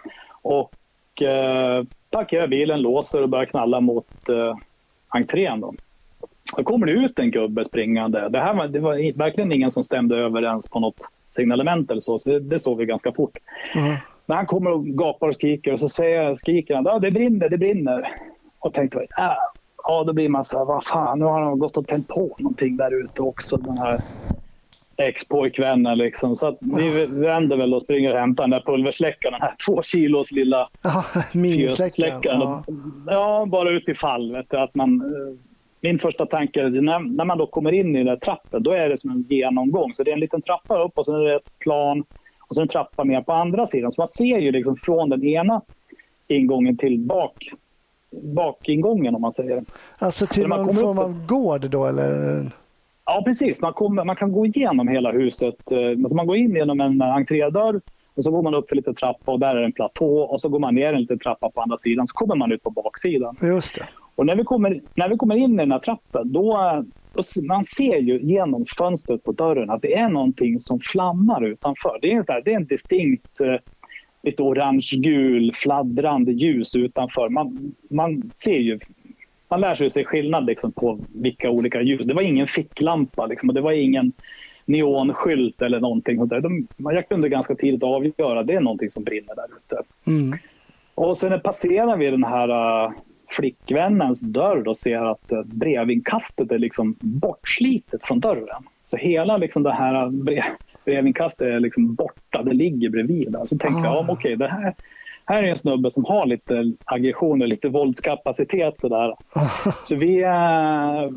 och eh, parkerar bilen, låser och börjar knalla mot eh, entrén då. Då kommer det ut en gubbe springande. Det här var, det var verkligen ingen som stämde överens på något signalement eller så. Så det, det såg vi ganska fort. Mm. Men han kommer och gapar och skriker och så säger, skriker han ja det brinner, det brinner. Och tänkte äh, ja då blir man så här, vad fan, nu har han gått och tänt på någonting där ute också, den här ex-pojkvännen liksom. Så att vi vänder väl och springer och hämtar den där pulversläckaren, den här två kilos lilla ja, minisläckaren. Ja. ja, bara ut i fall. Vet du, att man, min första tanke är när, när man då kommer in i den där trappen, då är det som en genomgång. Så det är en liten trappa upp och sen är det ett plan och sen en trappa ner på andra sidan. Så man ser ju liksom från den ena ingången till bak, bakingången om man säger. Alltså till någon form av gård då eller? Ja, precis. Man, kommer, man kan gå igenom hela huset. Alltså man går in genom en entrédörr och så går man upp för lite trappa och där är en platå och så går man ner en liten trappa på andra sidan så kommer man ut på baksidan. Just det. Och när vi kommer, när vi kommer in i den här trappen då, då man ser ju genom fönstret på dörren att det är någonting som flammar utanför. Det är en, så här, det är en distinkt lite orange-gul fladdrande ljus utanför. Man, man ser ju Man lär sig se skillnad liksom, på vilka olika ljus. Det var ingen ficklampa liksom, och det var ingen neonskylt eller någonting. De, man kunde ganska tidigt avgöra det är någonting som brinner där ute. Mm. Och sen passerar vi den här uh, flickvännens dörr och ser att uh, brevinkastet är liksom bortslitet från dörren. Så hela liksom, det här uh, brev, brevinkastet är liksom borta. Det ligger bredvid. Där. Så tänkte ah. jag, ja, okej, det här, här är en snubbe som har lite aggression och lite våldskapacitet sådär. Så vi, eh,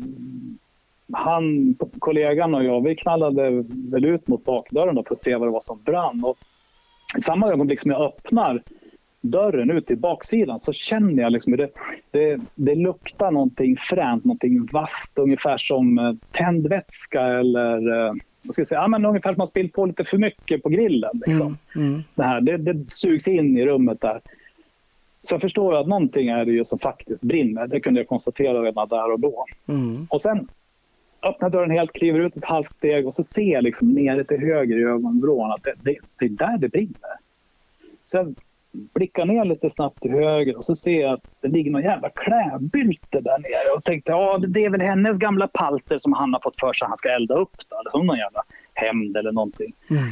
han, kollegan och jag, vi knallade väl ut mot bakdörren då för att se vad det var som brann. Och i samma ögonblick som jag öppnar dörren ut till baksidan så känner jag liksom det, det, det luktar någonting fränt, någonting vasst, ungefär som tändvätska eller eh, vad ska jag säga, ja, men ungefär som man spillt på lite för mycket på grillen. Liksom. Mm, mm. Det, här, det, det sugs in i rummet där. Så jag förstår att någonting är det ju som faktiskt brinner. Det kunde jag konstatera redan där och då. Mm. Och sen öppnar dörren helt, kliver ut ett halvt steg och så ser jag liksom nere till höger i ögonvrån att det, det, det är där det brinner. Så jag blickar ner lite snabbt till höger och så ser jag att det ligger någon jävla klädbylte där nere och tänkte, ja det är väl hennes gamla palter som han har fått för sig att han ska elda upp då, eller som någon jävla hämnd eller någonting. Mm.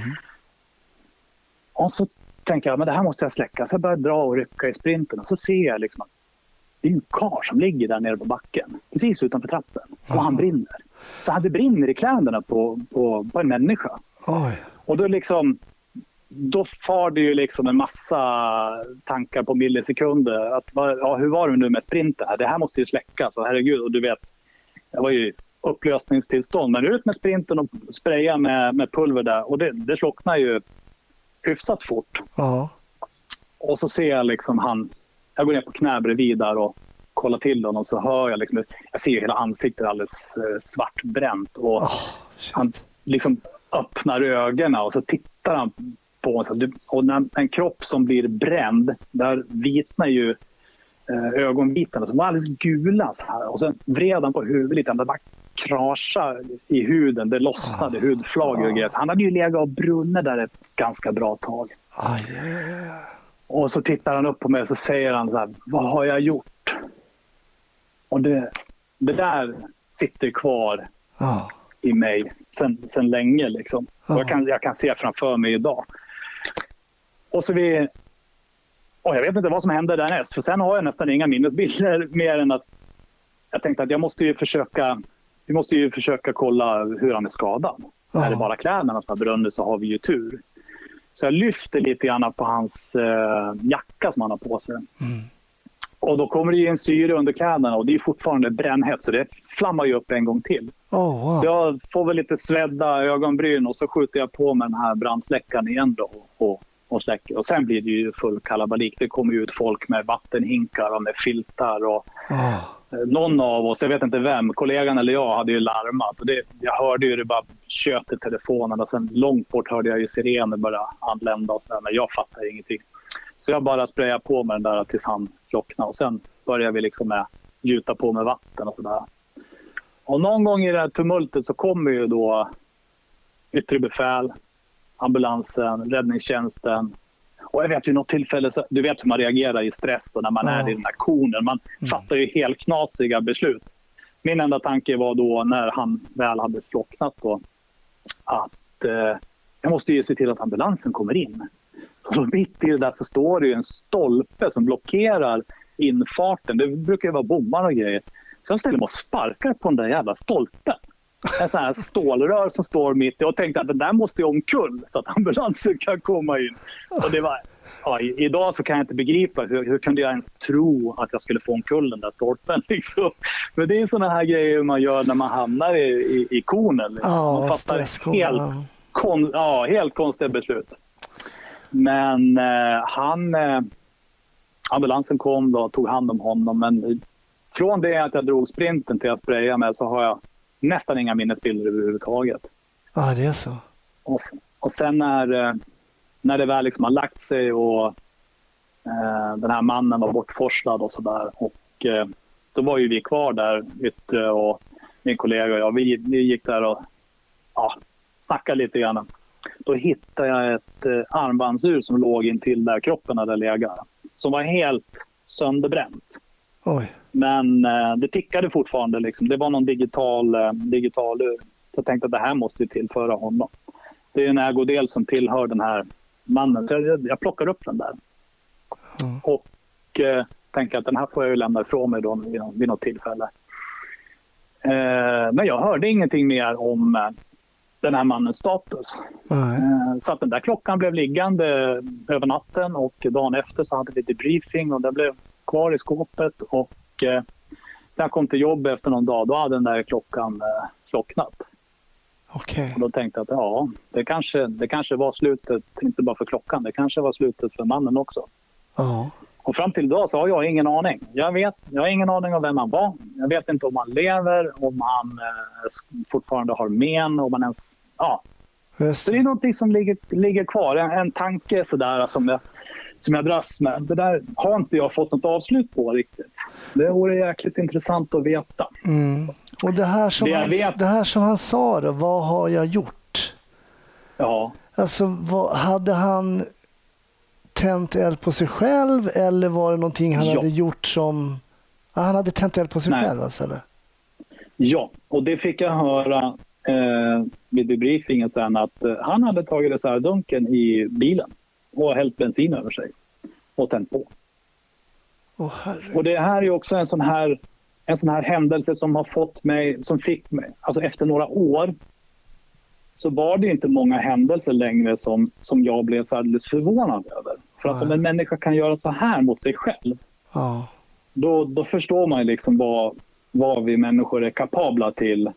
Och så tänker jag, men det här måste jag släcka. Så jag börjar dra och rycka i sprinten och så ser jag liksom att det är en karl som ligger där nere på backen precis utanför trappen och mm. han brinner. Så han brinner i kläderna på, på, på en människa. Oj. Och då liksom då far det ju liksom en massa tankar på millisekunder. Att, ja, hur var det nu med sprinten? Det här måste ju släckas. Så herregud, och du vet, det var ju upplösningstillstånd. Men ut med sprinten och spraya med, med pulver där. Och det, det slocknar ju hyfsat fort. Ja. Och så ser jag liksom han, jag går ner på knä bredvid där och kollar till honom. Och så hör jag liksom, jag ser hela ansiktet alldeles eh, svartbränt. Och oh, han liksom öppnar ögonen och så tittar han på oss. Och när en kropp som blir bränd, där vitnar ju eh, ögonvitorna som var alldeles gula så här. Och sen vred han på huvudet lite, det bara krasade i huden, det lossnade, oh. hudflagor och grejer. Han hade ju legat och brunnit där ett ganska bra tag. Oh, yeah. Och så tittar han upp på mig och så säger han så här, vad har jag gjort? Och det, det där sitter kvar oh. i mig sen, sen länge liksom. Oh. Och jag kan, jag kan se framför mig idag. Och så vi... Och jag vet inte vad som hände därnäst. För sen har jag nästan inga minnesbilder mer än att jag tänkte att jag måste ju försöka... Vi måste ju försöka kolla hur han är skadad. Oh. Är det bara kläderna som har brunnit så har vi ju tur. Så jag lyfter lite grann på hans eh, jacka som han har på sig. Mm. Och då kommer det ju en syre under kläderna och det är fortfarande brännhett så det flammar ju upp en gång till. Oh, wow. Så jag får väl lite svedda ögonbryn och så skjuter jag på med den här brandsläckaren igen då och, och släcker. Och sen blir det ju full kalabalik. Det kommer ju ut folk med vattenhinkar och med filtar och oh. någon av oss, jag vet inte vem, kollegan eller jag hade ju larmat. Och det, jag hörde ju det bara tjöt i telefonen och sen långt bort hörde jag ju sirener börja anlända och sådär. Men jag fattar ingenting. Så jag bara sprayade på med den där tills han slocknade och sen började vi liksom med gjuta på med vatten och sådär. Och någon gång i det här tumultet så kommer ju då yttre befäl, ambulansen, räddningstjänsten. Och jag vet ju något tillfälle, så, du vet hur man reagerar i stress och när man ja. är i den här konen. Man mm. fattar ju helt knasiga beslut. Min enda tanke var då när han väl hade slocknat då, att eh, jag måste ju se till att ambulansen kommer in. Och mitt i det där så står det ju en stolpe som blockerar infarten. Det brukar ju vara bommar och grejer. Så jag ställer mig och sparkar på den där jävla stolpen. En sån här stålrör som står mitt i och tänkte att den där måste ju omkull så att ambulansen kan komma in. Och det var, ja, idag så kan jag inte begripa hur, hur kunde jag ens tro att jag skulle få omkull den där stolpen. Liksom. Men det är såna här grejer man gör när man hamnar i, i, i konen. Liksom. Oh, man fattar helt, kon, ja, helt konstiga beslut. Men eh, han, eh, ambulansen kom då och tog hand om honom. Men från det att jag drog sprinten till att spraya med så har jag nästan inga minnesbilder överhuvudtaget. Ja, ah, det är så. Och, och sen när, när det väl liksom har lagt sig och eh, den här mannen var bortforslad och sådär. Och eh, då var ju vi kvar där yttre och min kollega och jag. Vi, vi gick där och ja, snackade lite grann. Då hittade jag ett eh, armbandsur som låg in till där kroppen hade legat. Som var helt sönderbränt. Oj. Men eh, det tickade fortfarande. Liksom. Det var någon digital, eh, digital ur. Så jag tänkte att det här måste ju tillföra honom. Det är en ägodel som tillhör den här mannen. Så jag, jag plockar upp den där. Mm. Och eh, tänker att den här får jag ju lämna ifrån mig då vid, vid något tillfälle. Eh, men jag hörde ingenting mer om, den här mannens status. Nej. Så att den där klockan blev liggande över natten och dagen efter så hade vi debriefing och den blev kvar i skåpet och eh, när jag kom till jobb efter någon dag då hade den där klockan eh, slocknat. Okej. Och då tänkte jag att ja, det kanske, det kanske var slutet, inte bara för klockan, det kanske var slutet för mannen också. Ja. Och fram till idag så har jag ingen aning. Jag vet, jag har ingen aning om vem han var. Jag vet inte om han lever, om han eh, fortfarande har men, om han ens... Ja. Just Så det är någonting som ligger, ligger kvar, en, en tanke sådär som jag, som jag dras med. Det där har inte jag fått något avslut på riktigt. Det vore jäkligt intressant att veta. Mm. Och det här, som Det jag han, vet- det här som han sa då, vad har jag gjort? Ja. Alltså, vad, hade han tänt eld på sig själv eller var det någonting han Ja. hade gjort som... Ja, han hade tänt eld på sig Nej. själv alltså, eller? Ja, och det fick jag höra eh, vid debriefingen sen att eh, han hade tagit reservdunken i bilen och hällt bensin över sig och tänt på. Åh, herre. Och det här är ju också en sån här, en sån här händelse som har fått mig, som fick mig, alltså efter några år så var det inte många händelser längre som, som jag blev så alldeles förvånad över. För att Nej. om en människa kan göra så här mot sig själv, Ja. då, då förstår man ju liksom vad, vad vi människor är kapabla till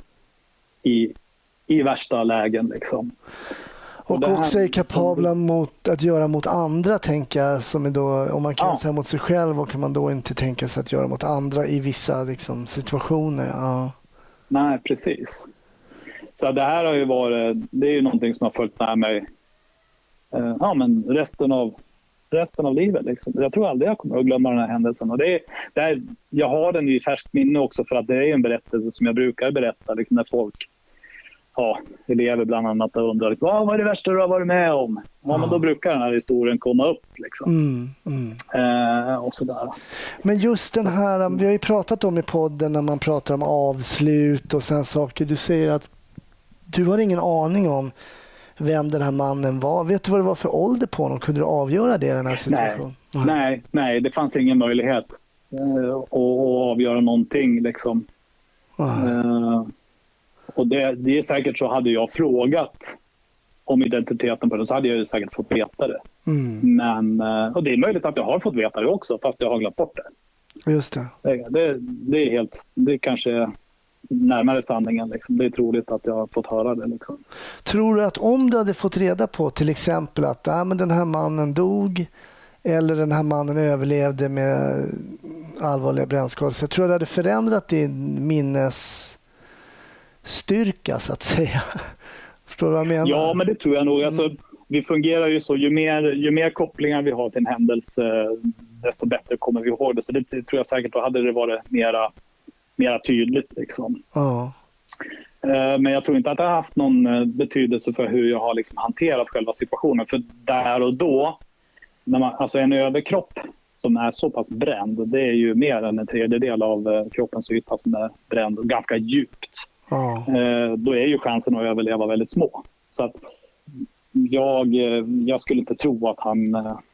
i, i värsta lägen liksom. Och det här- också är kapabla mot att göra mot andra, tänker jag. Som är då, om man kan Ja. göra så här mot sig själv, och kan man då inte tänka sig att göra mot andra i vissa liksom, situationer. Ja. Nej, precis. Så det här har ju varit, det är ju någonting som har följt med mig eh, ja, men resten av resten av livet. Liksom. Jag tror aldrig jag kommer att glömma den här händelsen. Och det är, det är, jag har den i färskt minne också för att det är en berättelse som jag brukar berätta liksom, när folk, ja, elever bland annat undrar vad var det värsta du har varit med om? Ja, men då brukar den här historien komma upp. Liksom. Mm, mm. Eh, och sådär. Men just den här, vi har ju pratat om i podden när man pratar om avslut och sådana saker. Du säger att du har ingen aning om vem den här mannen var. Vet du vad det var för ålder på honom? Kunde du avgöra det i den här situationen? Nej, nej, nej, det fanns ingen möjlighet eh, att, att avgöra någonting. Liksom. Nej. Eh, och det, det är säkert så hade jag frågat om identiteten på den så hade jag ju säkert fått veta det. Mm, Men, eh, och det är möjligt att jag har fått veta det också fast jag har glömt bort det. just det. Det, det, det är helt, det är kanske närmare sanningen. Liksom. Det är troligt att jag har fått höra det. Liksom. Tror du att om du hade fått reda på till exempel att äh, men den här mannen dog eller den här mannen överlevde med allvarliga brännskador, så jag tror att det hade förändrat din minnesstyrka så att säga. Förstår du vad jag menar? Ja, men det tror jag nog. Alltså, vi fungerar ju så, ju mer, ju mer kopplingar vi har till en händelse desto bättre kommer vi ihåg det. Så det, det tror jag säkert, då hade det varit mera, mera tydligt. Liksom. Ja. Men jag tror inte att det har haft någon betydelse för hur jag har liksom hanterat själva situationen. För där och då, när man, alltså en överkropp som är så pass bränd, det är ju mer än en tredjedel av kroppens yta som är bränd och ganska djupt. Ja. Då är ju chansen att överleva väldigt små. Så att jag, jag skulle inte tro att han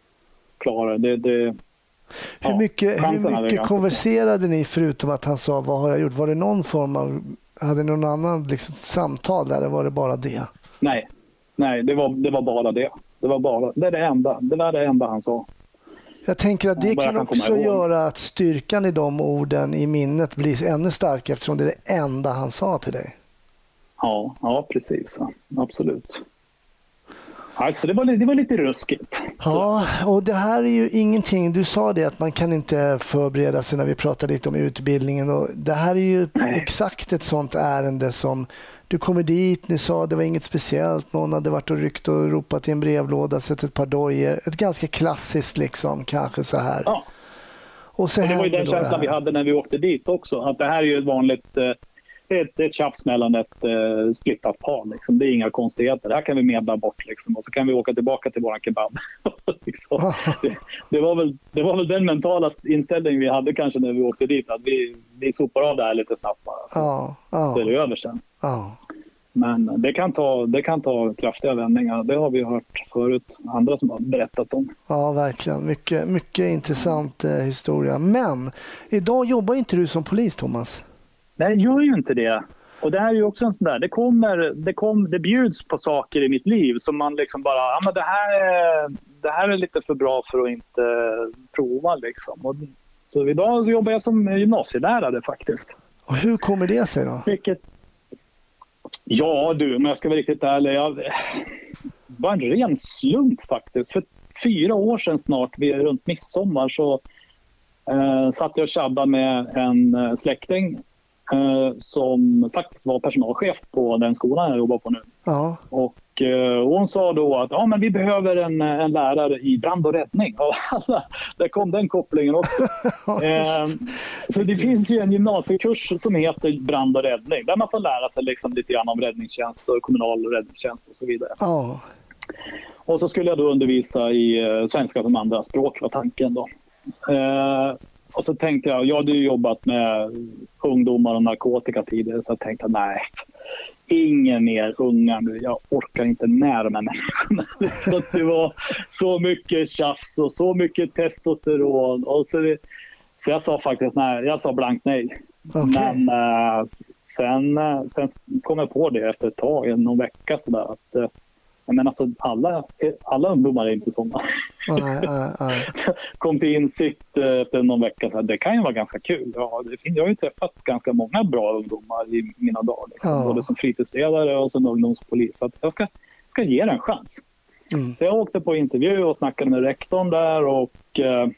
klarar det. det Hur ja, mycket, chansen hur är mycket ganska konverserade ni förutom att han sa vad har jag gjort? Var det någon form av, hade ni någon annan liksom, samtal där eller var det bara det? Nej, nej det, var, det var bara det. Det var bara det, är det, enda, det var det enda han sa. Jag tänker att det Ja, vad jag kan kan komma också ihåg. göra att styrkan i de orden i minnet blir ännu starkare eftersom det är det enda han sa till dig. Ja, ja precis. Ja, absolut. Alltså det var, det var lite ruskigt. Ja, och det här är ju ingenting. Du sa det att man kan inte förbereda sig när vi pratade lite om utbildningen. Och det här är ju Nej. exakt ett sånt ärende som du kommer dit, ni sa det var inget speciellt. Någon hade varit och ryckt och ropat i en brevlåda, sett ett par dojor. Ett ganska klassiskt liksom, kanske så här. Ja, Och så och det var ju händer den då det känslan vi här. hade när vi åkte dit också. Att det här är ju ett vanligt... Eh, det är ett, det är ett tjafs mellan ett eh, splittat par. Liksom. Det är inga konstigheter. Det här kan vi medla bort. Liksom. Och så kan vi åka tillbaka till våran kebab. liksom. det, det, var väl, det var väl den mentala inställning vi hade kanske när vi åkte dit. Att vi, vi sopar av det här lite snabbt bara. Så, Ja, så är det ja, över sen. ja. Men det kan, ta, det kan ta kraftiga vändningar. Det har vi hört förut. Andra som har berättat om. Ja, verkligen. Mycket, mycket intressant eh, historia. Men idag jobbar inte du som polis, Thomas. Nej, jag gör ju inte det. Och det här är ju också en sån där, det kommer, det kom, det bjuds på saker i mitt liv som man liksom bara, ja men det här är, det här är lite för bra för att inte prova liksom. Och, så idag jobbar jag som gymnasielärare faktiskt. Och hur kommer det sig då? Vilket, ja du, men jag ska vara riktigt ärlig, jag var en ren slump faktiskt. För fyra år sedan snart, vid, runt midsommar, så eh, satt jag och tjabbade med en eh, släkting eh, som faktiskt var personalchef på den skolan jag jobbar på nu. Ja. Och eh, hon sa då att ja, men vi behöver en, en lärare i brand och räddning. Och alltså, där kom den kopplingen också. eh, så det finns ju en gymnasiekurs som heter brand och räddning, där man får lära sig liksom lite grann om räddningstjänst och kommunal räddningstjänst och så vidare. Ja. Och så skulle jag då undervisa i eh, svenska som andra språk, var tanken då. Eh, och så tänkte jag, jag hade ju jobbat med ungdomar och narkotika tidigare, så jag tänkte nej, ingen mer unga nu. Jag orkar inte med de här människorna. Så det var så mycket tjafs och så mycket testosteron. Och så, det, så jag sa faktiskt nej, jag sa blankt nej. Okay. Men eh, sen, sen kom jag på det efter ett tag, någon vecka sådär, att eh, men alltså alla, alla ungdomar är inte sådana. Nej, nej, nej. Kom till insikt efter någon vecka så här, det kan ju vara ganska kul. Ja, det finns, jag har ju träffat ganska många bra ungdomar i mina dagar. Liksom. Ja. Både som fritidsledare och som ungdomspolis. Så att jag ska, ska ge det en chans. Mm. Så jag åkte på intervju och snackade med rektorn där. Och eh,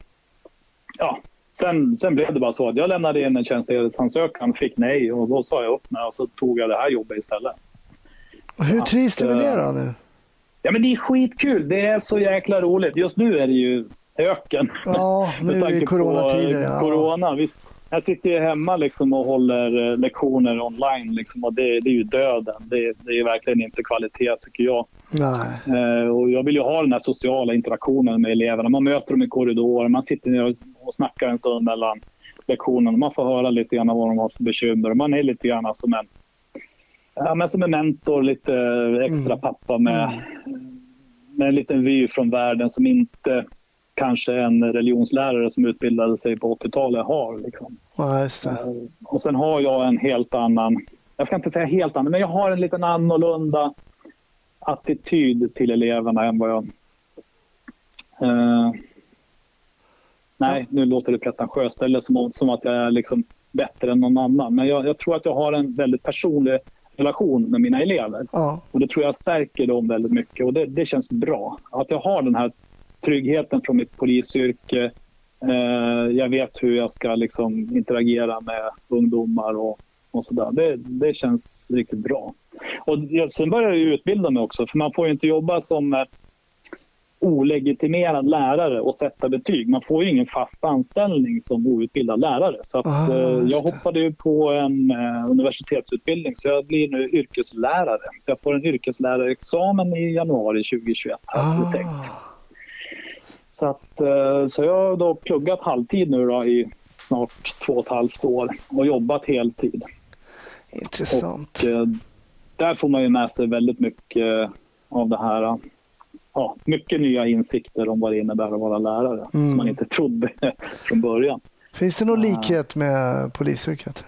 ja, sen, sen blev det bara så att jag lämnade in en tjänstledighetsansökan, fick nej. Och då sa jag upp mig och så tog jag det här jobbet istället. Och hur trivs du med att, det då nu? Ja, men det är skitkul. Det är så jäkla roligt. Just nu är det ju öken. Ja, nu är det coronatider. Ja. Corona. Vi, jag sitter ju hemma liksom och håller lektioner online. Liksom, och det, det är ju döden. Det, det är verkligen inte kvalitet, tycker jag. Nej. Eh, och jag vill ju ha den här sociala interaktionen med eleverna. Man möter dem i korridoren. Man sitter ner och snackar en stund mellan lektionerna. Man får höra lite grann vad de har för bekymmer. Man är lite grann som en Ja, men som en mentor, lite extra pappa med, mm. med en liten vy från världen som inte kanske en religionslärare som utbildade sig på åttiotalet har. Liksom. Ja, just det. Och sen har jag en helt annan, jag ska inte säga helt annan, men jag har en liten annorlunda attityd till eleverna än vad jag... Uh, nej, nu låter det pretentiöst, eller som, som att jag är liksom bättre än någon annan. Men jag, jag tror att jag har en väldigt personlig relation med mina elever. Ja. Och det tror jag stärker dem väldigt mycket. Och det, det känns bra. Att jag har den här tryggheten från mitt polisyrke. Eh, jag vet hur jag ska liksom interagera med ungdomar och, och sådär. Det, det känns riktigt bra. Och jag, sen börjar jag utbilda mig också. För man får ju inte jobba som eh, olegitimerad lärare och sätta betyg. Man får ju ingen fast anställning som outbildad lärare. Så att, ah, eh, jag hoppade ju på en eh, universitetsutbildning, så jag blir nu yrkeslärare. Så jag får en yrkeslärarexamen i januari tjugohundratjugoett. Ah. Tänkt. Så, att, eh, så jag har då pluggat halvtid nu då, i snart två och ett halvt år och jobbat heltid. Intressant. Och, eh, där får man ju med sig väldigt mycket av det här. Ja, mycket nya insikter om vad det innebär att vara lärare mm. som man inte trodde från början. Finns det någon likhet med polisyrket?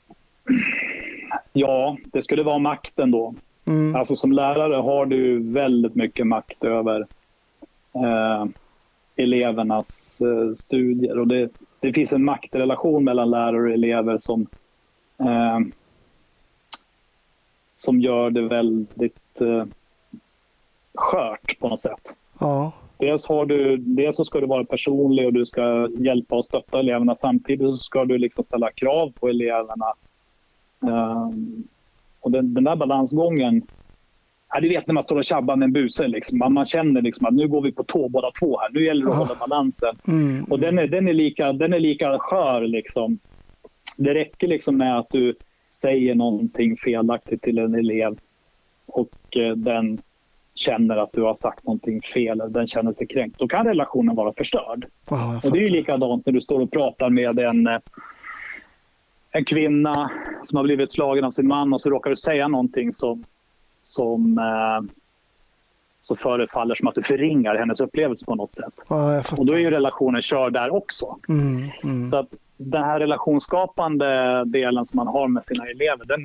Ja, det skulle vara makten då. Mm. Alltså som lärare har du väldigt mycket makt över eh, elevernas eh, studier. Och det, det finns en maktrelation mellan lärare och elever som, eh, som gör det väldigt... Eh, skört på något sätt. Ja. Dels, har du, dels så ska du vara personlig och du ska hjälpa och stötta eleverna. Samtidigt så ska du liksom ställa krav på eleverna. Um, och den, den där balansgången, ja, du vet när man står och tjabbar med en buse. Liksom. Man, man känner liksom att nu går vi på tå båda två här. Nu gäller det att hålla balansen. Mm. Och den är, den, är lika, den är lika skör. Liksom. Det räcker liksom med att du säger någonting felaktigt till en elev och eh, den känner att du har sagt någonting fel eller den känner sig kränkt, då kan relationen vara förstörd. Oh, och det är ju likadant när du står och pratar med en, en kvinna som har blivit slagen av sin man och så råkar du säga någonting som, som eh, så förefaller som att du förringar hennes upplevelse på något sätt. Oh, och då är ju relationen körd där också. Mm, mm. Så att den här relationsskapande delen som man har med sina elever, den är,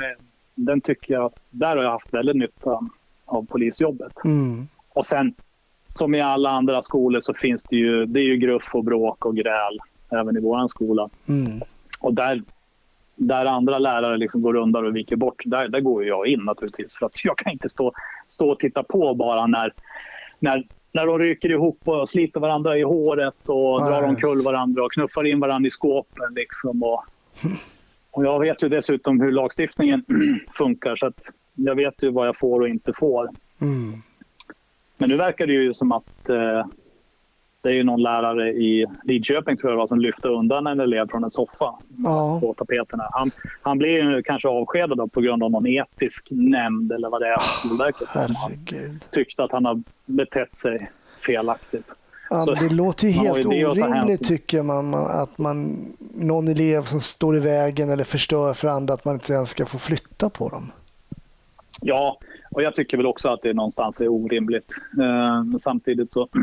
den tycker jag att där har jag haft väldigt nytta av polisjobbet. Mm. Och sen som i alla andra skolor så finns det ju, det är ju gruff och bråk och gräl även i våran skola. Mm. Och där, där andra lärare liksom går undan och viker bort, där, där går jag in naturligtvis. För att jag kan inte stå, stå och titta på bara när, när, när de ryker ihop och sliter varandra i håret och Nej. drar omkull varandra och knuffar in varandra i skåpen. Liksom. Och, och jag vet ju dessutom hur lagstiftningen funkar, så att jag vet ju vad jag får och inte får. Mm. Men nu verkar det ju som att eh, det är ju någon lärare i Lidköping tror jag som lyfte undan en elev från en soffa Ja. på tapeterna. Han, han blir ju kanske avskedad då på grund av någon etisk nämnd eller vad det är på Skolverket. som han Herregud. tyckte att han har betett sig felaktigt. Ja, Så- men det låter ju man har helt ju det att ta orimligt hänsyn. tycker man, man att man någon elev som står i vägen eller förstör för andra, att man inte ens ska få flytta på dem. Ja, och jag tycker väl också att det någonstans är orimligt. Eh, men samtidigt så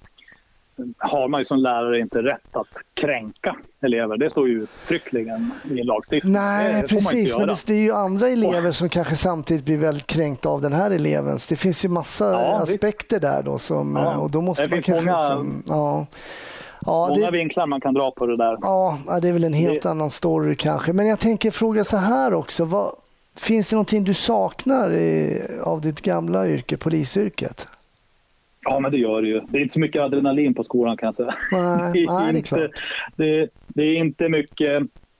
har man ju som lärare inte rätt att kränka elever. Det står ju uttryckligen i lagstiftningen. Nej, det får man inte precis. göra. Men det, det är ju andra elever som kanske samtidigt blir väldigt kränkta av den här elevens. Det finns ju massa Ja, aspekter där då. Som, Ja, och då måste det man finns kanske... många- Som, ja. Ja, Många det, vinklar man kan dra på det där. ja, det är väl en helt Det- annan story kanske. Men jag tänker fråga så här också. Vad, finns det någonting du saknar i, av ditt gamla yrke, polisyrket? Ja, men det gör det ju. Det är inte så mycket adrenalin på skolan kan jag säga. Nej, det, är nej, det är inte, klart. det, det är inte mycket...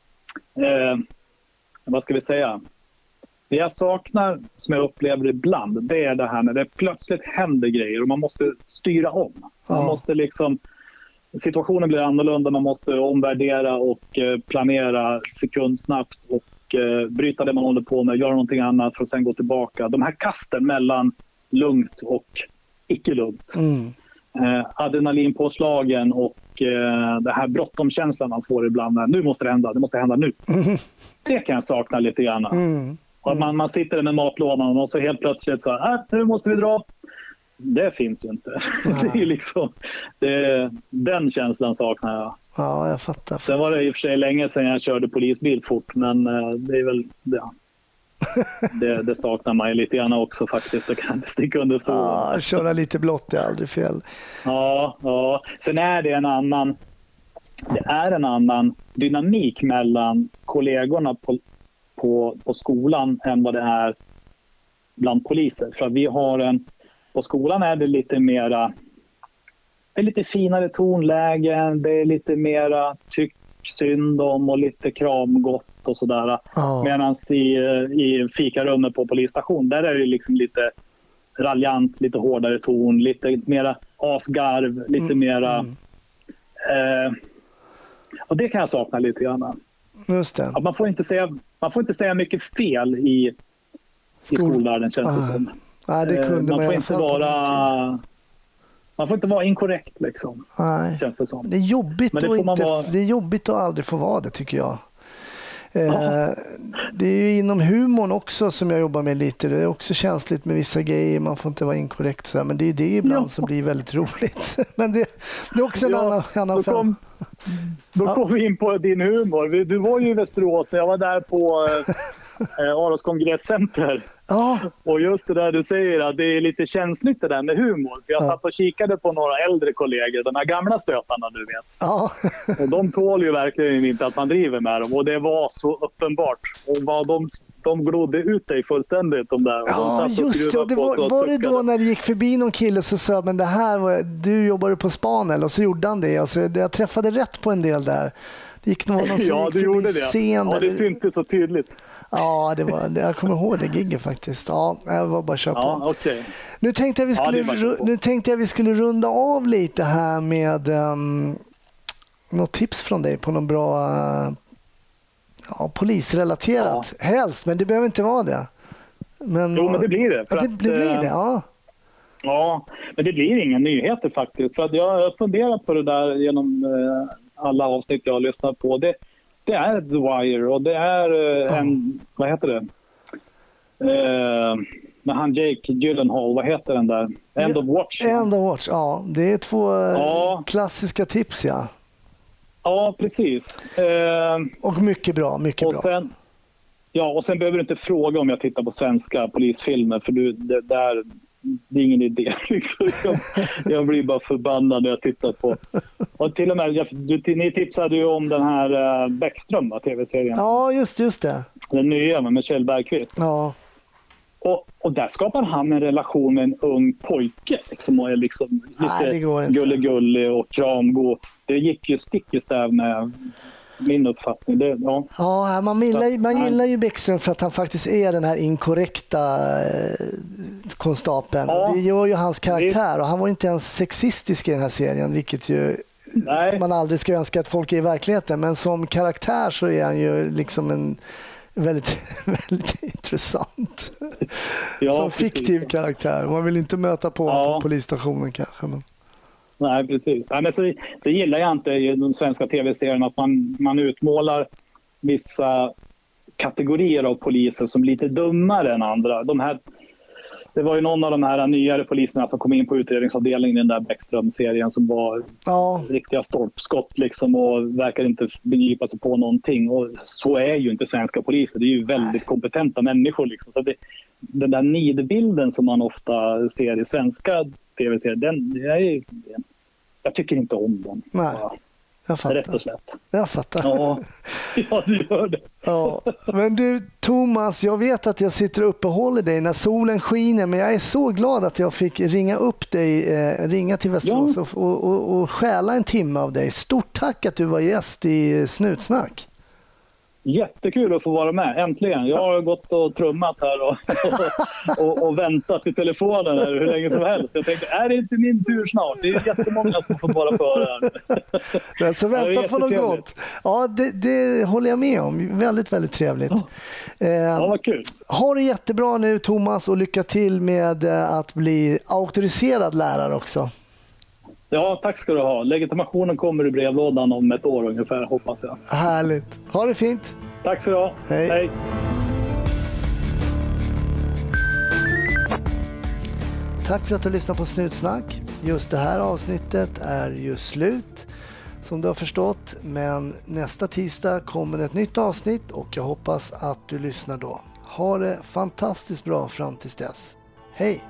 Eh, vad ska vi säga? Det jag saknar, som jag upplever ibland, det är det här när det plötsligt händer grejer och man måste styra om. Man Ja. måste liksom... Situationen blir annorlunda, man måste omvärdera och eh, planera sekundsnabbt och eh, bryta det man håller på med, göra någonting annat för att sen gå tillbaka. De här kasten mellan lugnt och icke lugnt. Mm. Eh, adrenalinpåslagen och eh, det här bråttomkänslan man får ibland. När, nu måste det hända, det måste hända nu. Mm. Det kan jag sakna lite grann. Mm. Och man, man sitter där med matlådan och så helt plötsligt så här, äh, nu måste vi dra. Det finns ju inte. Det är liksom, det, den känslan saknar jag. Ja, jag fattar. Sen var det i och för sig länge sedan jag körde polisbil fort, men eh, det är väl det. Det, det saknar man ju lite grann också faktiskt. Det kan inte sticka under stol. Ja, köra lite blått är aldrig fel. Ja, ja. Sen är det en annan det är en annan dynamik mellan kollegorna på, på, på skolan än vad det är bland poliser. För vi har en, på skolan är det lite mera det är lite finare tonlägen, det är lite mera tyck synd om och lite kramgott och sådär. Ja. Medan i, i fikarummet på polisstation, där är det liksom lite raljant, lite hårdare ton, lite mera asgarv, lite Mm, mera... mm. Eh, och det kan jag sakna lite grann. Just det. Att man får inte säga, man får inte säga mycket fel i, i Skol- skolvärlden, känns det Ah, som. Nej, det Eh, kunde man man i får alla inte fall på min tid. vara... Man får inte vara inkorrekt, liksom, Nej. känns det som. Det är jobbigt, Men det att får man inte, vara- det är jobbigt att aldrig få vara det, tycker jag. Eh, Ja. Det är ju inom humorn också som jag jobbar med lite. Det är också känsligt med vissa grejer. Man får inte vara inkorrekt. Så där, men det är det ibland Ja. som blir väldigt roligt. Men det, det är också en Ja, annan, annan Då fem. kom, då Ja. kom vi in på din humor. Vi- Du var ju i Västerås när jag var där på eh, Aros kongresscenter. Ja, Och just det där du säger, att det är lite känsligt det där med humor. För jag Ja. satt och kikade på några äldre kollegor, de här gamla stötarna du vet. ja. Och de tål ju verkligen inte att man driver med dem. Och det var så uppenbart. Och vad de, de glodde ut dig fullständigt. De där. Och de Ja, satt och just det. skruvade Och det på sig var, och var det då suckade. när det gick förbi någon kille så sa men det här var, du jobbade på Spanel och så gjorde han det. Alltså, jag träffade rätt på en del där. Det gick någon som Ja, gick du förbi gjorde det. scen Ja, det där. syntes så tydligt. Ja, det var, jag kommer ihåg det gigget faktiskt. Ja, jag var bara att köra Ja, på. okej. Nu tänkte jag vi Ja, det skulle, är bara att köra ru- på. nu tänkte jag vi skulle runda av lite här med um, något tips från dig på någon bra uh, ja, polisrelaterat. Helst, men det behöver inte vara det. Men, Jo, men det blir det. för Ja, det, att, det blir eh, det, ja. Ja, men det blir inga nyheter faktiskt. För att jag har funderat på det där genom eh, alla avsnitt jag har lyssnat på. Det, det är The Wire och det är eh, en, vad heter det? Eh, med han Jake Gyllenhaal, vad heter den där? End of Watch. End of Watch, ja. Det är två eh, Ja. klassiska tips, ja. Ja, precis. Eh, Och mycket bra, mycket och bra. sen, Ja, och sen behöver du inte fråga om jag tittar på svenska polisfilmer, för du, det, där, det är ingen idé. Liksom. Jag, jag blir bara förbannad när jag tittar på. Och till och med, jag, du, ni tipsade ju om den här uh, Bäckström, va, tv-serien. Ja, just, just det. Den nya med Michelle Bergqvist. Ja. Och, och där skapar han en relation med en ung pojke liksom, och är liksom lite gullig-gullig och kramgod. Det gick ju stick i stäv med min uppfattning. Det, ja. Ja, man gillar, man gillar ju Bäckström för att han faktiskt är den här inkorrekta eh, konstapeln. Ja. Det gör ju hans karaktär, och han var inte ens sexistisk i den här serien, vilket ju Nej. man aldrig ska önska att folk är i verkligheten. Men som karaktär så är han ju liksom en väldigt, väldigt intressant. Ja, som fiktiv precis. Karaktär. Man vill inte möta på ja. på polisstationen kanske. Men... Nej, precis. Nej, men så, så gillar jag inte i de svenska tv-serierna att man, man utmålar vissa kategorier av poliser som lite dummare än andra. De här, det var ju någon av de här nyare poliserna som kom in på utredningsavdelningen i den där Bäckström-serien som var ja. riktiga stolpskott liksom, och verkar inte begripa sig på någonting. Och så är ju inte svenska poliser. Det är ju väldigt Nej. kompetenta människor. Liksom. Så det, den där nidbilden som man ofta ser i svenska tv-serier, den, jag, jag tycker inte om den. Nej. Ja. Jag fattar. Rätt och slätt. Jag fattar. Ja, ja du gör det. Ja. Men du, Thomas, jag vet att jag sitter och uppehåller dig när solen skiner, men jag är så glad att jag fick ringa upp dig, eh, ringa till Västerås ja. och, och, och stjäla en timme av dig. Stort tack att du var gäst i Snutsnack. Jättekul att få vara med, äntligen. Jag har gått och trummat här och, och, och, och väntat i telefonen här hur länge som helst. Jag tänkte, är det inte min tur snart? Det är jättemånga som får vara för här. Så vänta på något gott. Ja, det, det håller jag med om. Väldigt, väldigt trevligt. Ja, eh, ja vad kul. Ha det jättebra nu, Thomas, och lycka till med att bli auktoriserad lärare också. Ja, tack ska du ha. Legitimationen kommer i brevlådan om ett år ungefär, hoppas jag. Härligt. Ha det fint. Tack ska du ha. Hej. Hej. Tack för att du lyssnade på Snutsnack. Just det här avsnittet är ju slut, som du har förstått. Men nästa tisdag kommer ett nytt avsnitt och jag hoppas att du lyssnar då. Ha det fantastiskt bra fram tills dess. Hej!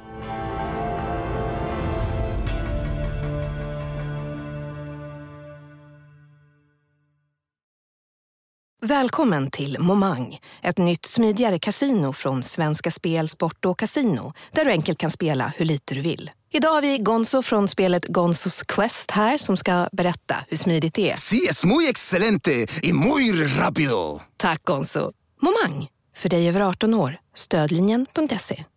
Välkommen till Momang, ett nytt smidigare kasino från Svenska Spel, Sport och Casino, där du enkelt kan spela hur lite du vill. Idag har vi Gonzo från spelet Gonzos Quest här som ska berätta hur smidigt det är. Sí, es muy excelente y muy rápido. Tack Gonzo. Momang, för dig över arton år. Stödlinjen punkt se.